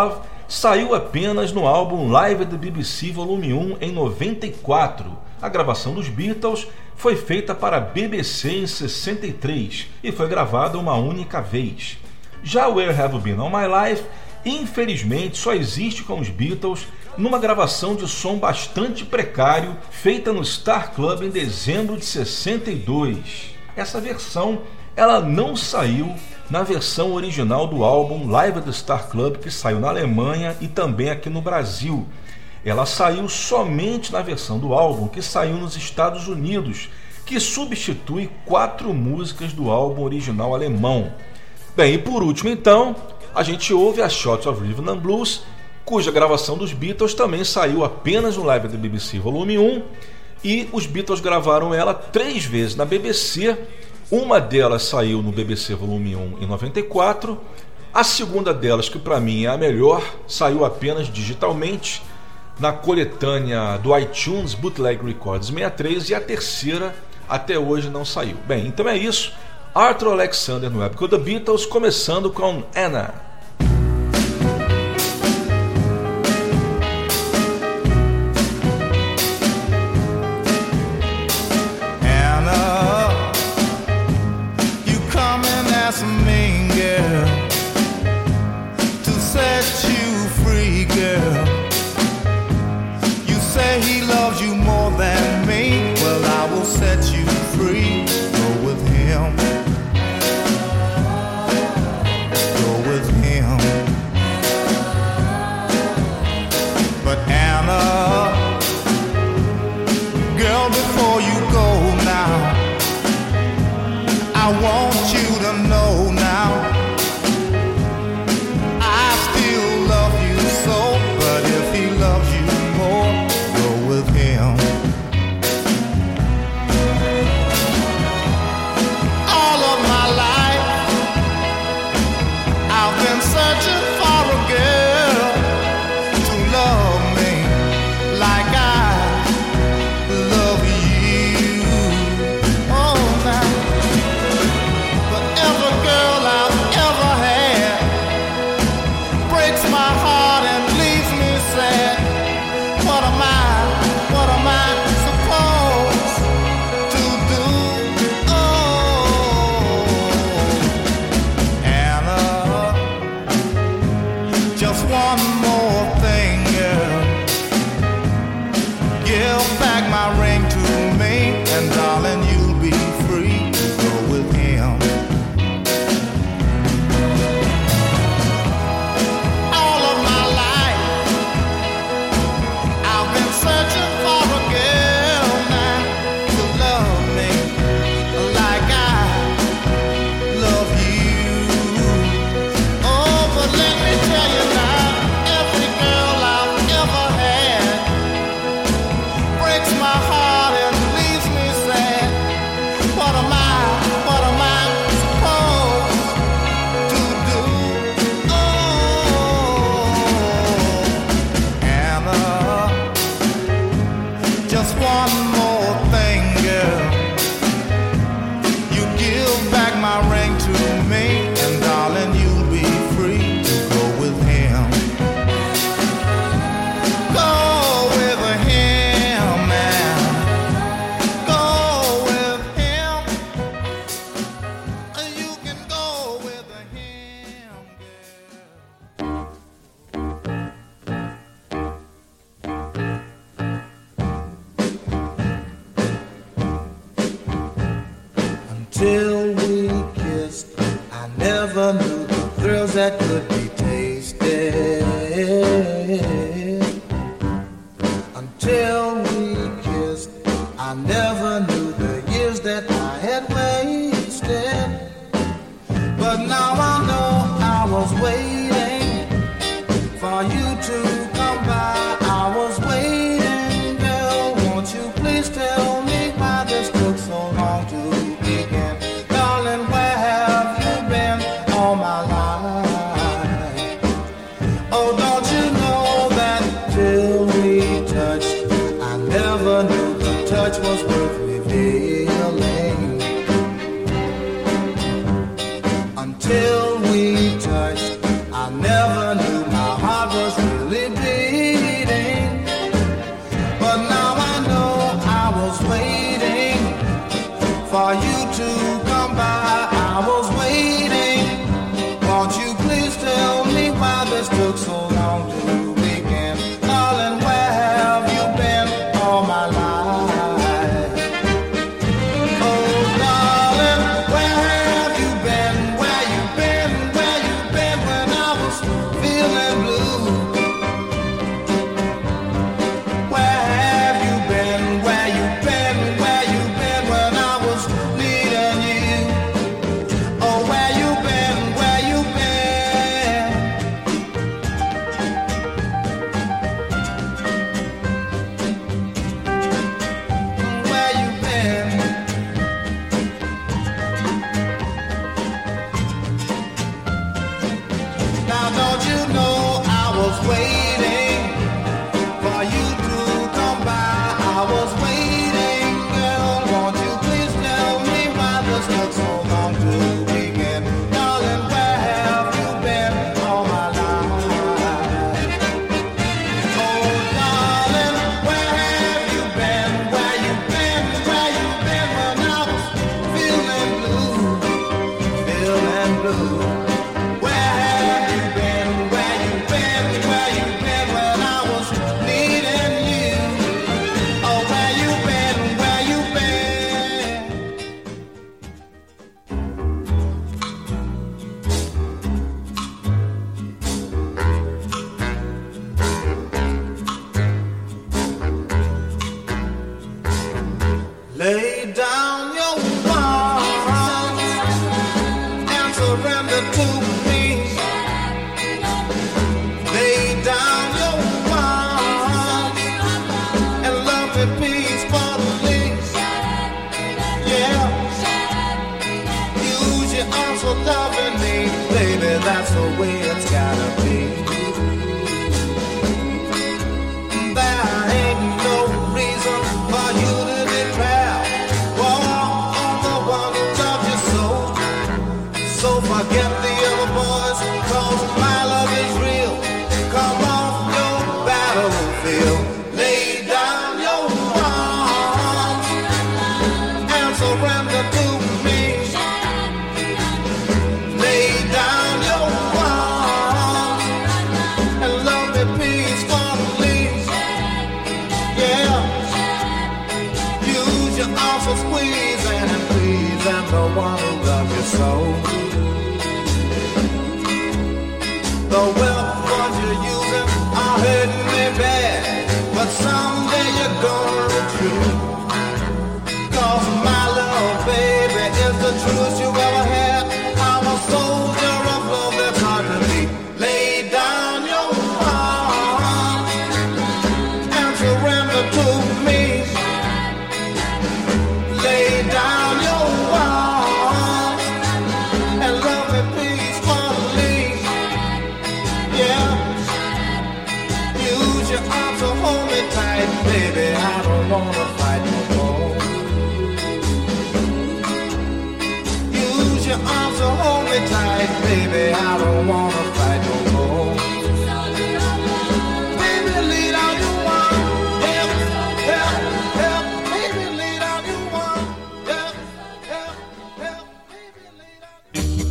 saiu apenas no álbum Live at the B B C Volume um em noventa e quatro. A gravação dos Beatles foi feita para a B B C em sessenta e três e foi gravada uma única vez. Já Where Have You Been All My Life, infelizmente, só existe com os Beatles numa gravação de som bastante precário feita no Star Club em dezembro de sessenta e dois. Essa versão ela não saiu na versão original do álbum Live at the Star Club, que saiu na Alemanha e também aqui no Brasil. Ela saiu somente na versão do álbum que saiu nos Estados Unidos, que substitui quatro músicas do álbum original alemão. Bem, e por último então, a gente ouve a Shots of Rhythm and Blues, cuja gravação dos Beatles também saiu apenas no Live at the B B C Volume um, e os Beatles gravaram ela três vezes na B B C. Uma delas saiu no B B C Volume um em noventa e quatro, a segunda delas, que para mim é a melhor, saiu apenas digitalmente na coletânea do iTunes Bootleg Records sessenta e três, e a terceira até hoje não saiu. Bem, então é isso. Arthur Alexander no Web The Beatles, começando com Anna.
Till we kissed, I never knew the thrills that could be tasted. Until we kissed, I never knew the years that I had wasted. But now I know I was waiting for you to come by. I was waiting, girl, won't you please tell me why this took so long to begin? Darling, where have you been all my life? Oh, don't you know that till we touched, I never knew the touch was worth revealing. Until for you to come by. I was waiting. Won't you please tell me why this took so long to begin? Darling, where have you been all my life? Oh, darling, where have you been? Where you been? Where you been when I was feeling blue? Where have you been? Where you been? Where you been when I was needing you? Oh, where you been? Where you been? Where you been? Now don't you know I was waiting for you to come by? I was waiting, girl. Won't you please tell me why this took so long to begin? Darling, where have you been all my life? Oh, darling, where have you been? Where you been? Where you been when I was feeling blue? Feeling blue. Where have you been? Where you been? Where you been when I was needing you? Oh, where you been? Where you been? Lay down your arms and surrender to me. Lay down your arms and love me peacefully. Yeah, use your arms for loving me, baby. That's the way it's gotta be. There ain't no reason for you to declare war on the one who loves you so. So forget the other boys, cause my love is real. Come off your battlefield. Lay down your arms and surrender to me. Lay down your arms and love me peacefully. Yeah, use your arms for squeezing and pleasing the one who loves you so. The weapons you're using are hurting me bad, but someday you're gonna retreat. Cause my love, baby, is the truest you ever had. I'm a soldier of love that's hard to beat. Lay down your arms and surrender to me. Lay down your arms and love me peacefully. Yeah, use your arms to hold me tight, baby. I don't wanna fight no more. Use your arms to hold me tight, baby. I don't wanna fight no more. Baby, lead out you want. Help, help, help. Baby, lead out you want. Help, help, help. Baby, lead out.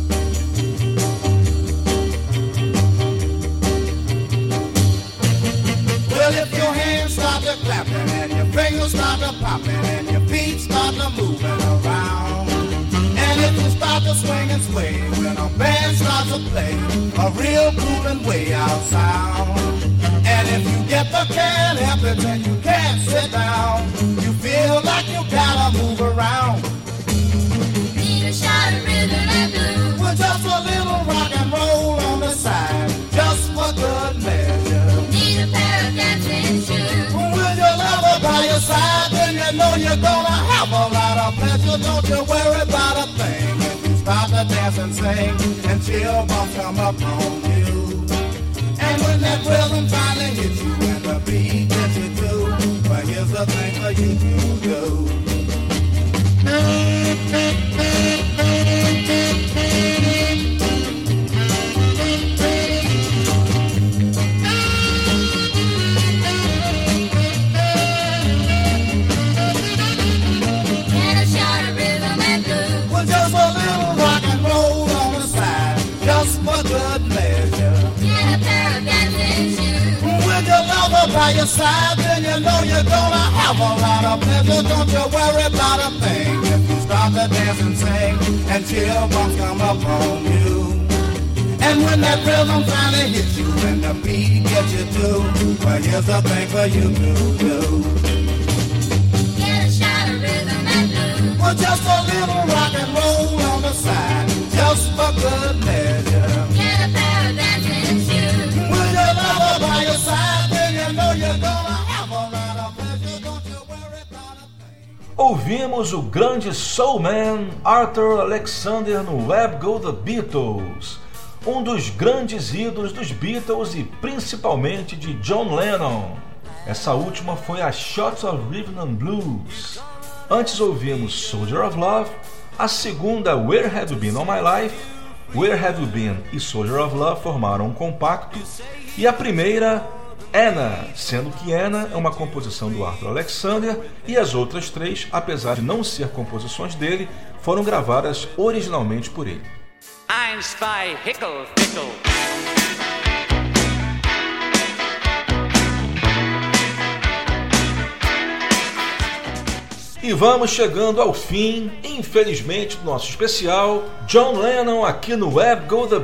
Well, if your hands start to clapping and your fingers start to popping and your feet start to moving around, and if you start to swing and sway when a band starts to play a real cool and way out sound, and if you get the can't help it and you can't sit down, you feel like you gotta move around.
Need a shot of rhythm and blues.
With just a little rock and roll on the side, just for good measure.
Need a pair of dancing shoes.
With your lover by your side, then you know you're gonna have a lot of pleasure. Don't you worry about a thing if you start to dance and sing, and chill bumps come up on you. And when that rhythm finally hits you and the beat gets you too, but here's the thing for you to do.
Get a shot of rhythm
by your side, then you know you're gonna have a lot of pleasure. Don't you worry about a thing. If you start to dance and sing, and chill bumps come up on you. And when that rhythm finally hits you, and the beat gets you too, well, here's the thing for you to do.
Get a shot of rhythm and blues.
Well, just a little rock and roll on the side, just for good measure.
Get a pair of dancing shoes.
With your lover by your side, then you know you're gonna have a lot of pleasure. Don't you worry about a thing.
Ouvimos o grande soulman Arthur Alexander no Web Go The Beatles, um dos grandes ídolos dos Beatles e principalmente de John Lennon. Essa última foi a Shots of Rhythm and Blues. Antes ouvimos Soldier of Love, a segunda Where Have You Been All My Life, Where Have You Been e Soldier of Love formaram um compacto, e a primeira, Anna, sendo que Anna é uma composição do Arthur Alexander e as outras três, apesar de não ser composições dele, foram gravadas originalmente por ele.
Ein, zwei, Hickel, Hickel.
E vamos chegando ao fim, infelizmente, do nosso especial John Lennon aqui no Web Go The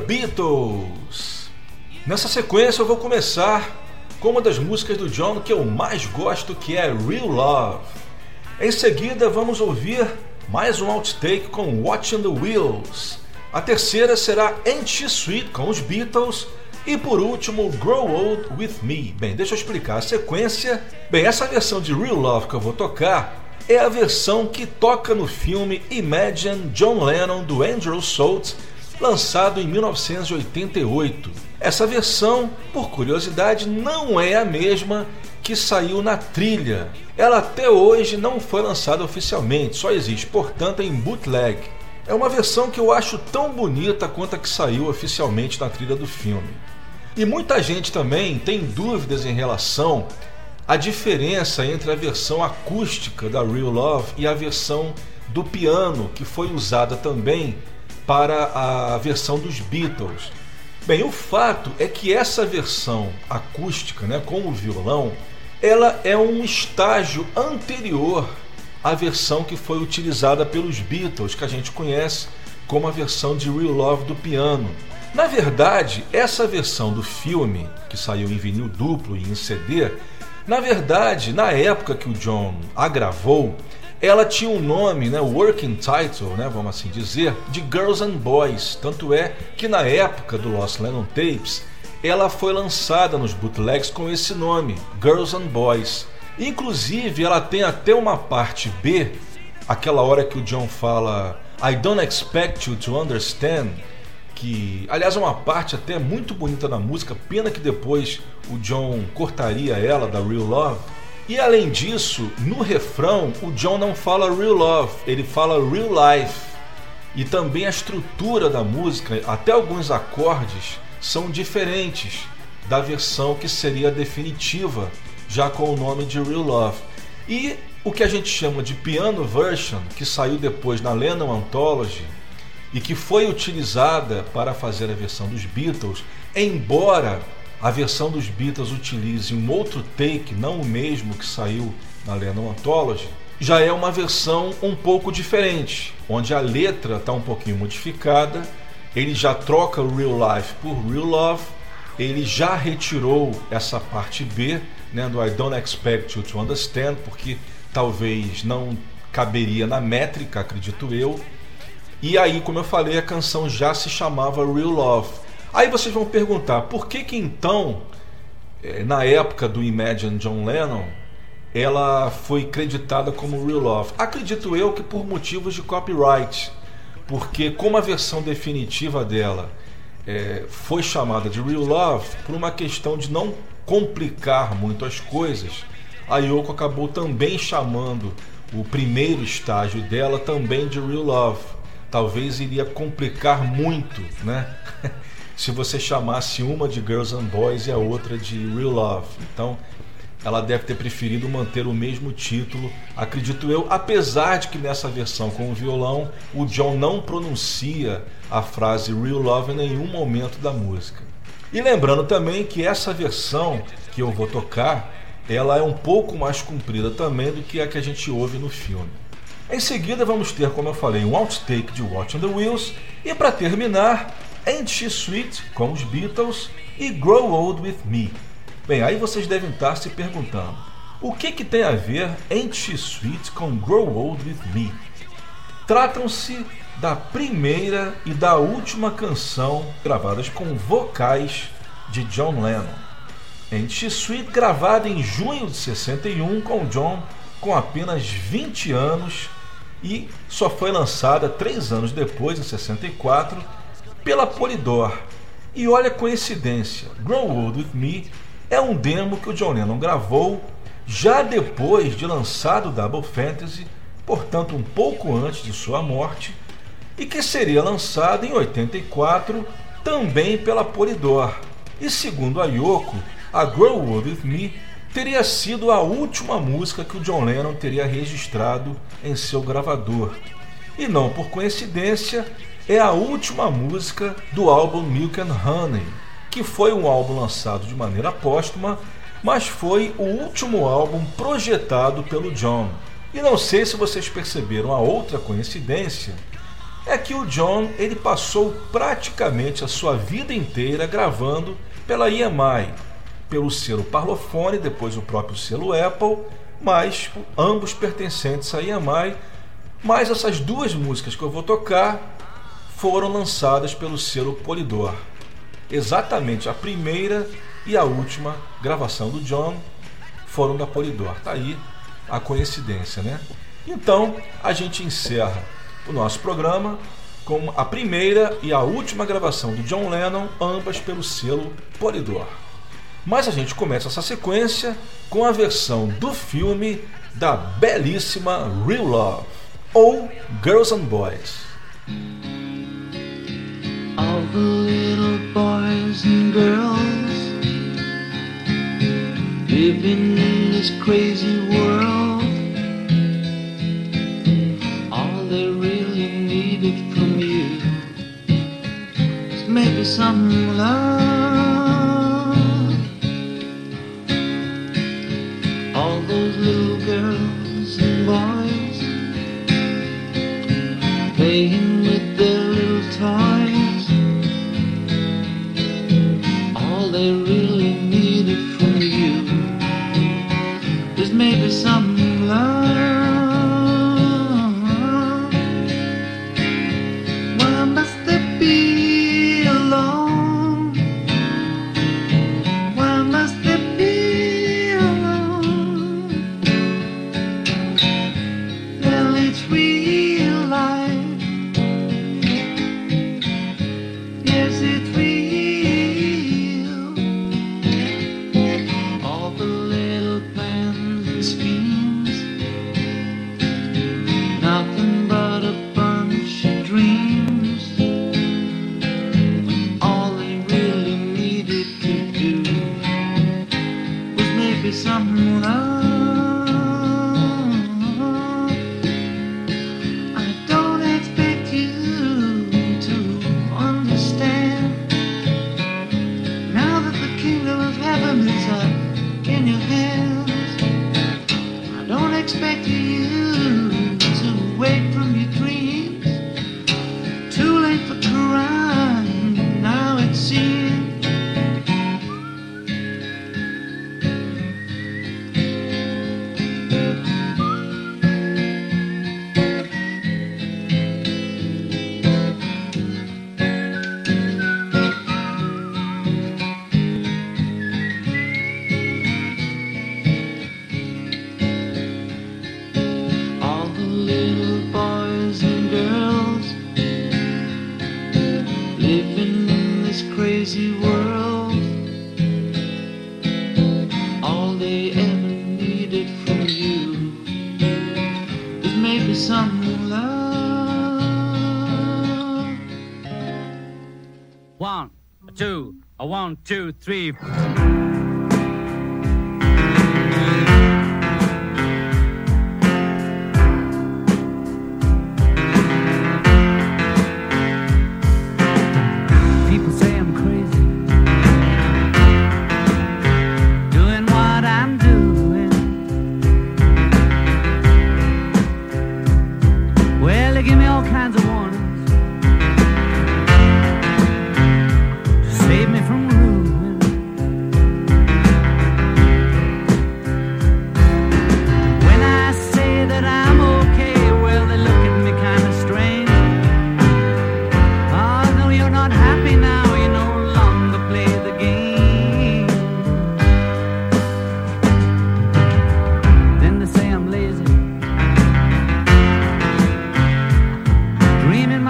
Beatles. Nessa sequência eu vou começar com uma das músicas do John que eu mais gosto, que é Real Love. Em seguida vamos ouvir mais um outtake com Watching the Wheels. A terceira será Ain't She Sweet com os Beatles. E por último, Grow Old With Me. Bem, deixa eu explicar a sequência. Bem, essa versão de Real Love que eu vou tocar é a versão que toca no filme Imagine John Lennon do Andrew Schultz, lançado em mil novecentos e oitenta e oito. Essa versão, por curiosidade, não é a mesma que saiu na trilha. Ela até hoje não foi lançada oficialmente, só existe, portanto, em bootleg. É uma versão que eu acho tão bonita quanto a que saiu oficialmente na trilha do filme. E muita gente também tem dúvidas em relação à diferença entre a versão acústica da Real Love e a versão do piano, que foi usada também para a versão dos Beatles. Bem, o fato é que essa versão acústica, né, com o violão, ela é um estágio anterior a versão que foi utilizada pelos Beatles, que a gente conhece como a versão de Real Love do piano. Na verdade, essa versão do filme, que saiu em vinil duplo e em C D, na verdade, na época que o John a gravou, ela tinha um nome, né, working title, né, vamos assim dizer, de Girls and Boys. Tanto é que na época do Lost Lennon Tapes, ela foi lançada nos bootlegs com esse nome, Girls and Boys. Inclusive, ela tem até uma parte B, aquela hora que o John fala I don't expect you to understand, que, aliás, é uma parte até muito bonita da música, pena que depois o John cortaria ela da Real Love. E além disso, no refrão, o John não fala Real Love, ele fala Real Life. E também a estrutura da música, até alguns acordes, são diferentes da versão que seria definitiva, já com o nome de Real Love. E o que a gente chama de piano version, que saiu depois na Lennon Anthology e que foi utilizada para fazer a versão dos Beatles, embora a versão dos Beatles utilize um outro take, não o mesmo que saiu na Lennon Anthology, já é uma versão um pouco diferente, onde a letra está um pouquinho modificada, ele já troca o Real Life por Real Love, ele já retirou essa parte B, né, do I don't expect you to understand, porque talvez não caberia na métrica, acredito eu. E aí, como eu falei, a canção já se chamava Real Love. Aí vocês vão perguntar, por que que então, na época do Imagine John Lennon, ela foi creditada como Real Love? Acredito eu que por motivos de copyright, porque como a versão definitiva dela é, foi chamada de Real Love, por uma questão de não complicar muito as coisas, a Yoko acabou também chamando o primeiro estágio dela também de Real Love. Talvez iria complicar muito, né? Se você chamasse uma de Girls and Boys e a outra de Real Love. Então ela deve ter preferido manter o mesmo título, acredito eu, apesar de que nessa versão com o violão o John não pronuncia a frase Real Love em nenhum momento da música. E lembrando também que essa versão que eu vou tocar, ela é um pouco mais comprida também do que a que a gente ouve no filme. Em seguida vamos ter, como eu falei, um outtake de Watching the Wheels e, para terminar, Ain't She Sweet com os Beatles e Grow Old With Me. Bem, aí vocês devem estar se perguntando, o que, que tem a ver Ain't She Sweet com Grow Old With Me? Tratam-se da primeira e da última canção gravadas com vocais de John Lennon. Ain't She Sweet, gravada em junho de sessenta e um com John com apenas vinte anos, e só foi lançada três anos depois, em sessenta e quatro, pela Polydor. E olha a coincidência, Grow Old With Me é um demo que o John Lennon gravou já depois de lançado Double Fantasy, portanto um pouco antes de sua morte, e que seria lançado em oitenta e quatro também pela Polydor. E segundo a Yoko, a Grow Old With Me teria sido a última música que o John Lennon teria registrado em seu gravador. E não por coincidência, é a última música do álbum Milk and Honey, que foi um álbum lançado de maneira póstuma, mas foi o último álbum projetado pelo John. E não sei se vocês perceberam a outra coincidência, é que o John ele passou praticamente a sua vida inteira gravando pela E M I, pelo selo Parlophone, depois o próprio selo Apple, mas ambos pertencentes à E M I, mas essas duas músicas que eu vou tocar foram lançadas pelo selo Polydor. Exatamente a primeira e a última gravação do John foram da Polydor. Tá aí a coincidência, né? Então a gente encerra o nosso programa com a primeira e a última gravação do John Lennon, ambas pelo selo Polydor. Mas a gente começa essa sequência com a versão do filme da belíssima Real Love, ou Girls and Boys.
All the little boys and girls living in this crazy world, all they really needed from you is maybe some love. All those little girls and boys playing with their little toys, all they really needed from you is maybe some love. Why must they be alone? Why must they be alone? Well, it's real life. Yes, it's real. All the little plans and schemes, nothing but a bunch of dreams. All they really needed to do was maybe some love. I don't expect you to understand now that the kingdom of heaven is up in your hands. I don't expect you to wake from your dreams. Too late for crying, now it seems. All the little boys and girls living in this crazy world, all they ever needed from you is maybe some love.
One, a two, a one, two, three.
People say I'm crazy, doing what I'm doing. give me all kinds of warnings to save me from ruin. When I say that I'm okay, well, they look at me kind of strange. Oh, no, you're not happy now, you no longer play the game. Then they say I'm lazy, dreaming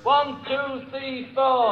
One, two, three, four.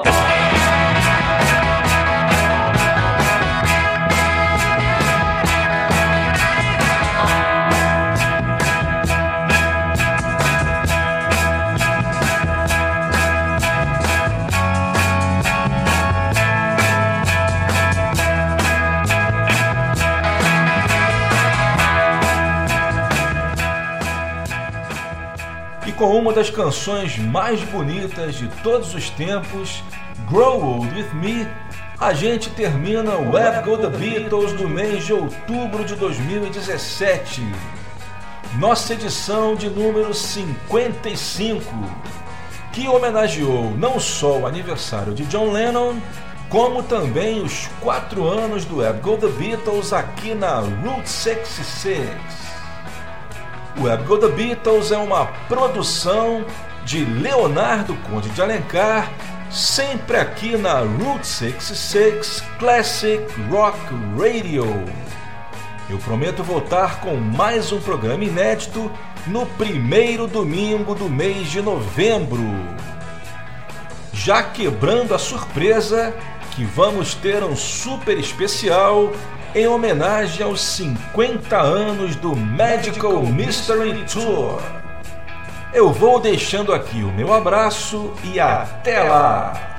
Com uma das canções mais bonitas de todos os tempos, Grow Old With Me, a gente termina o Web Go The Beatles do mês de outubro de dois mil e dezessete. Nossa edição de número cinquenta e cinco, que homenageou não só o aniversário de John Lennon, como também os quatro anos do Web Go The Beatles aqui na Route sessenta e seis. O Web Go The Beatles é uma produção de Leonardo Conde de Alencar, sempre aqui na Route sessenta e seis Classic Rock Radio. Eu prometo voltar com mais um programa inédito no primeiro domingo do mês de novembro. Já quebrando a surpresa que vamos ter um super especial em homenagem aos cinquenta anos do Magical Mystery Tour. Eu vou deixando aqui o meu abraço e até lá!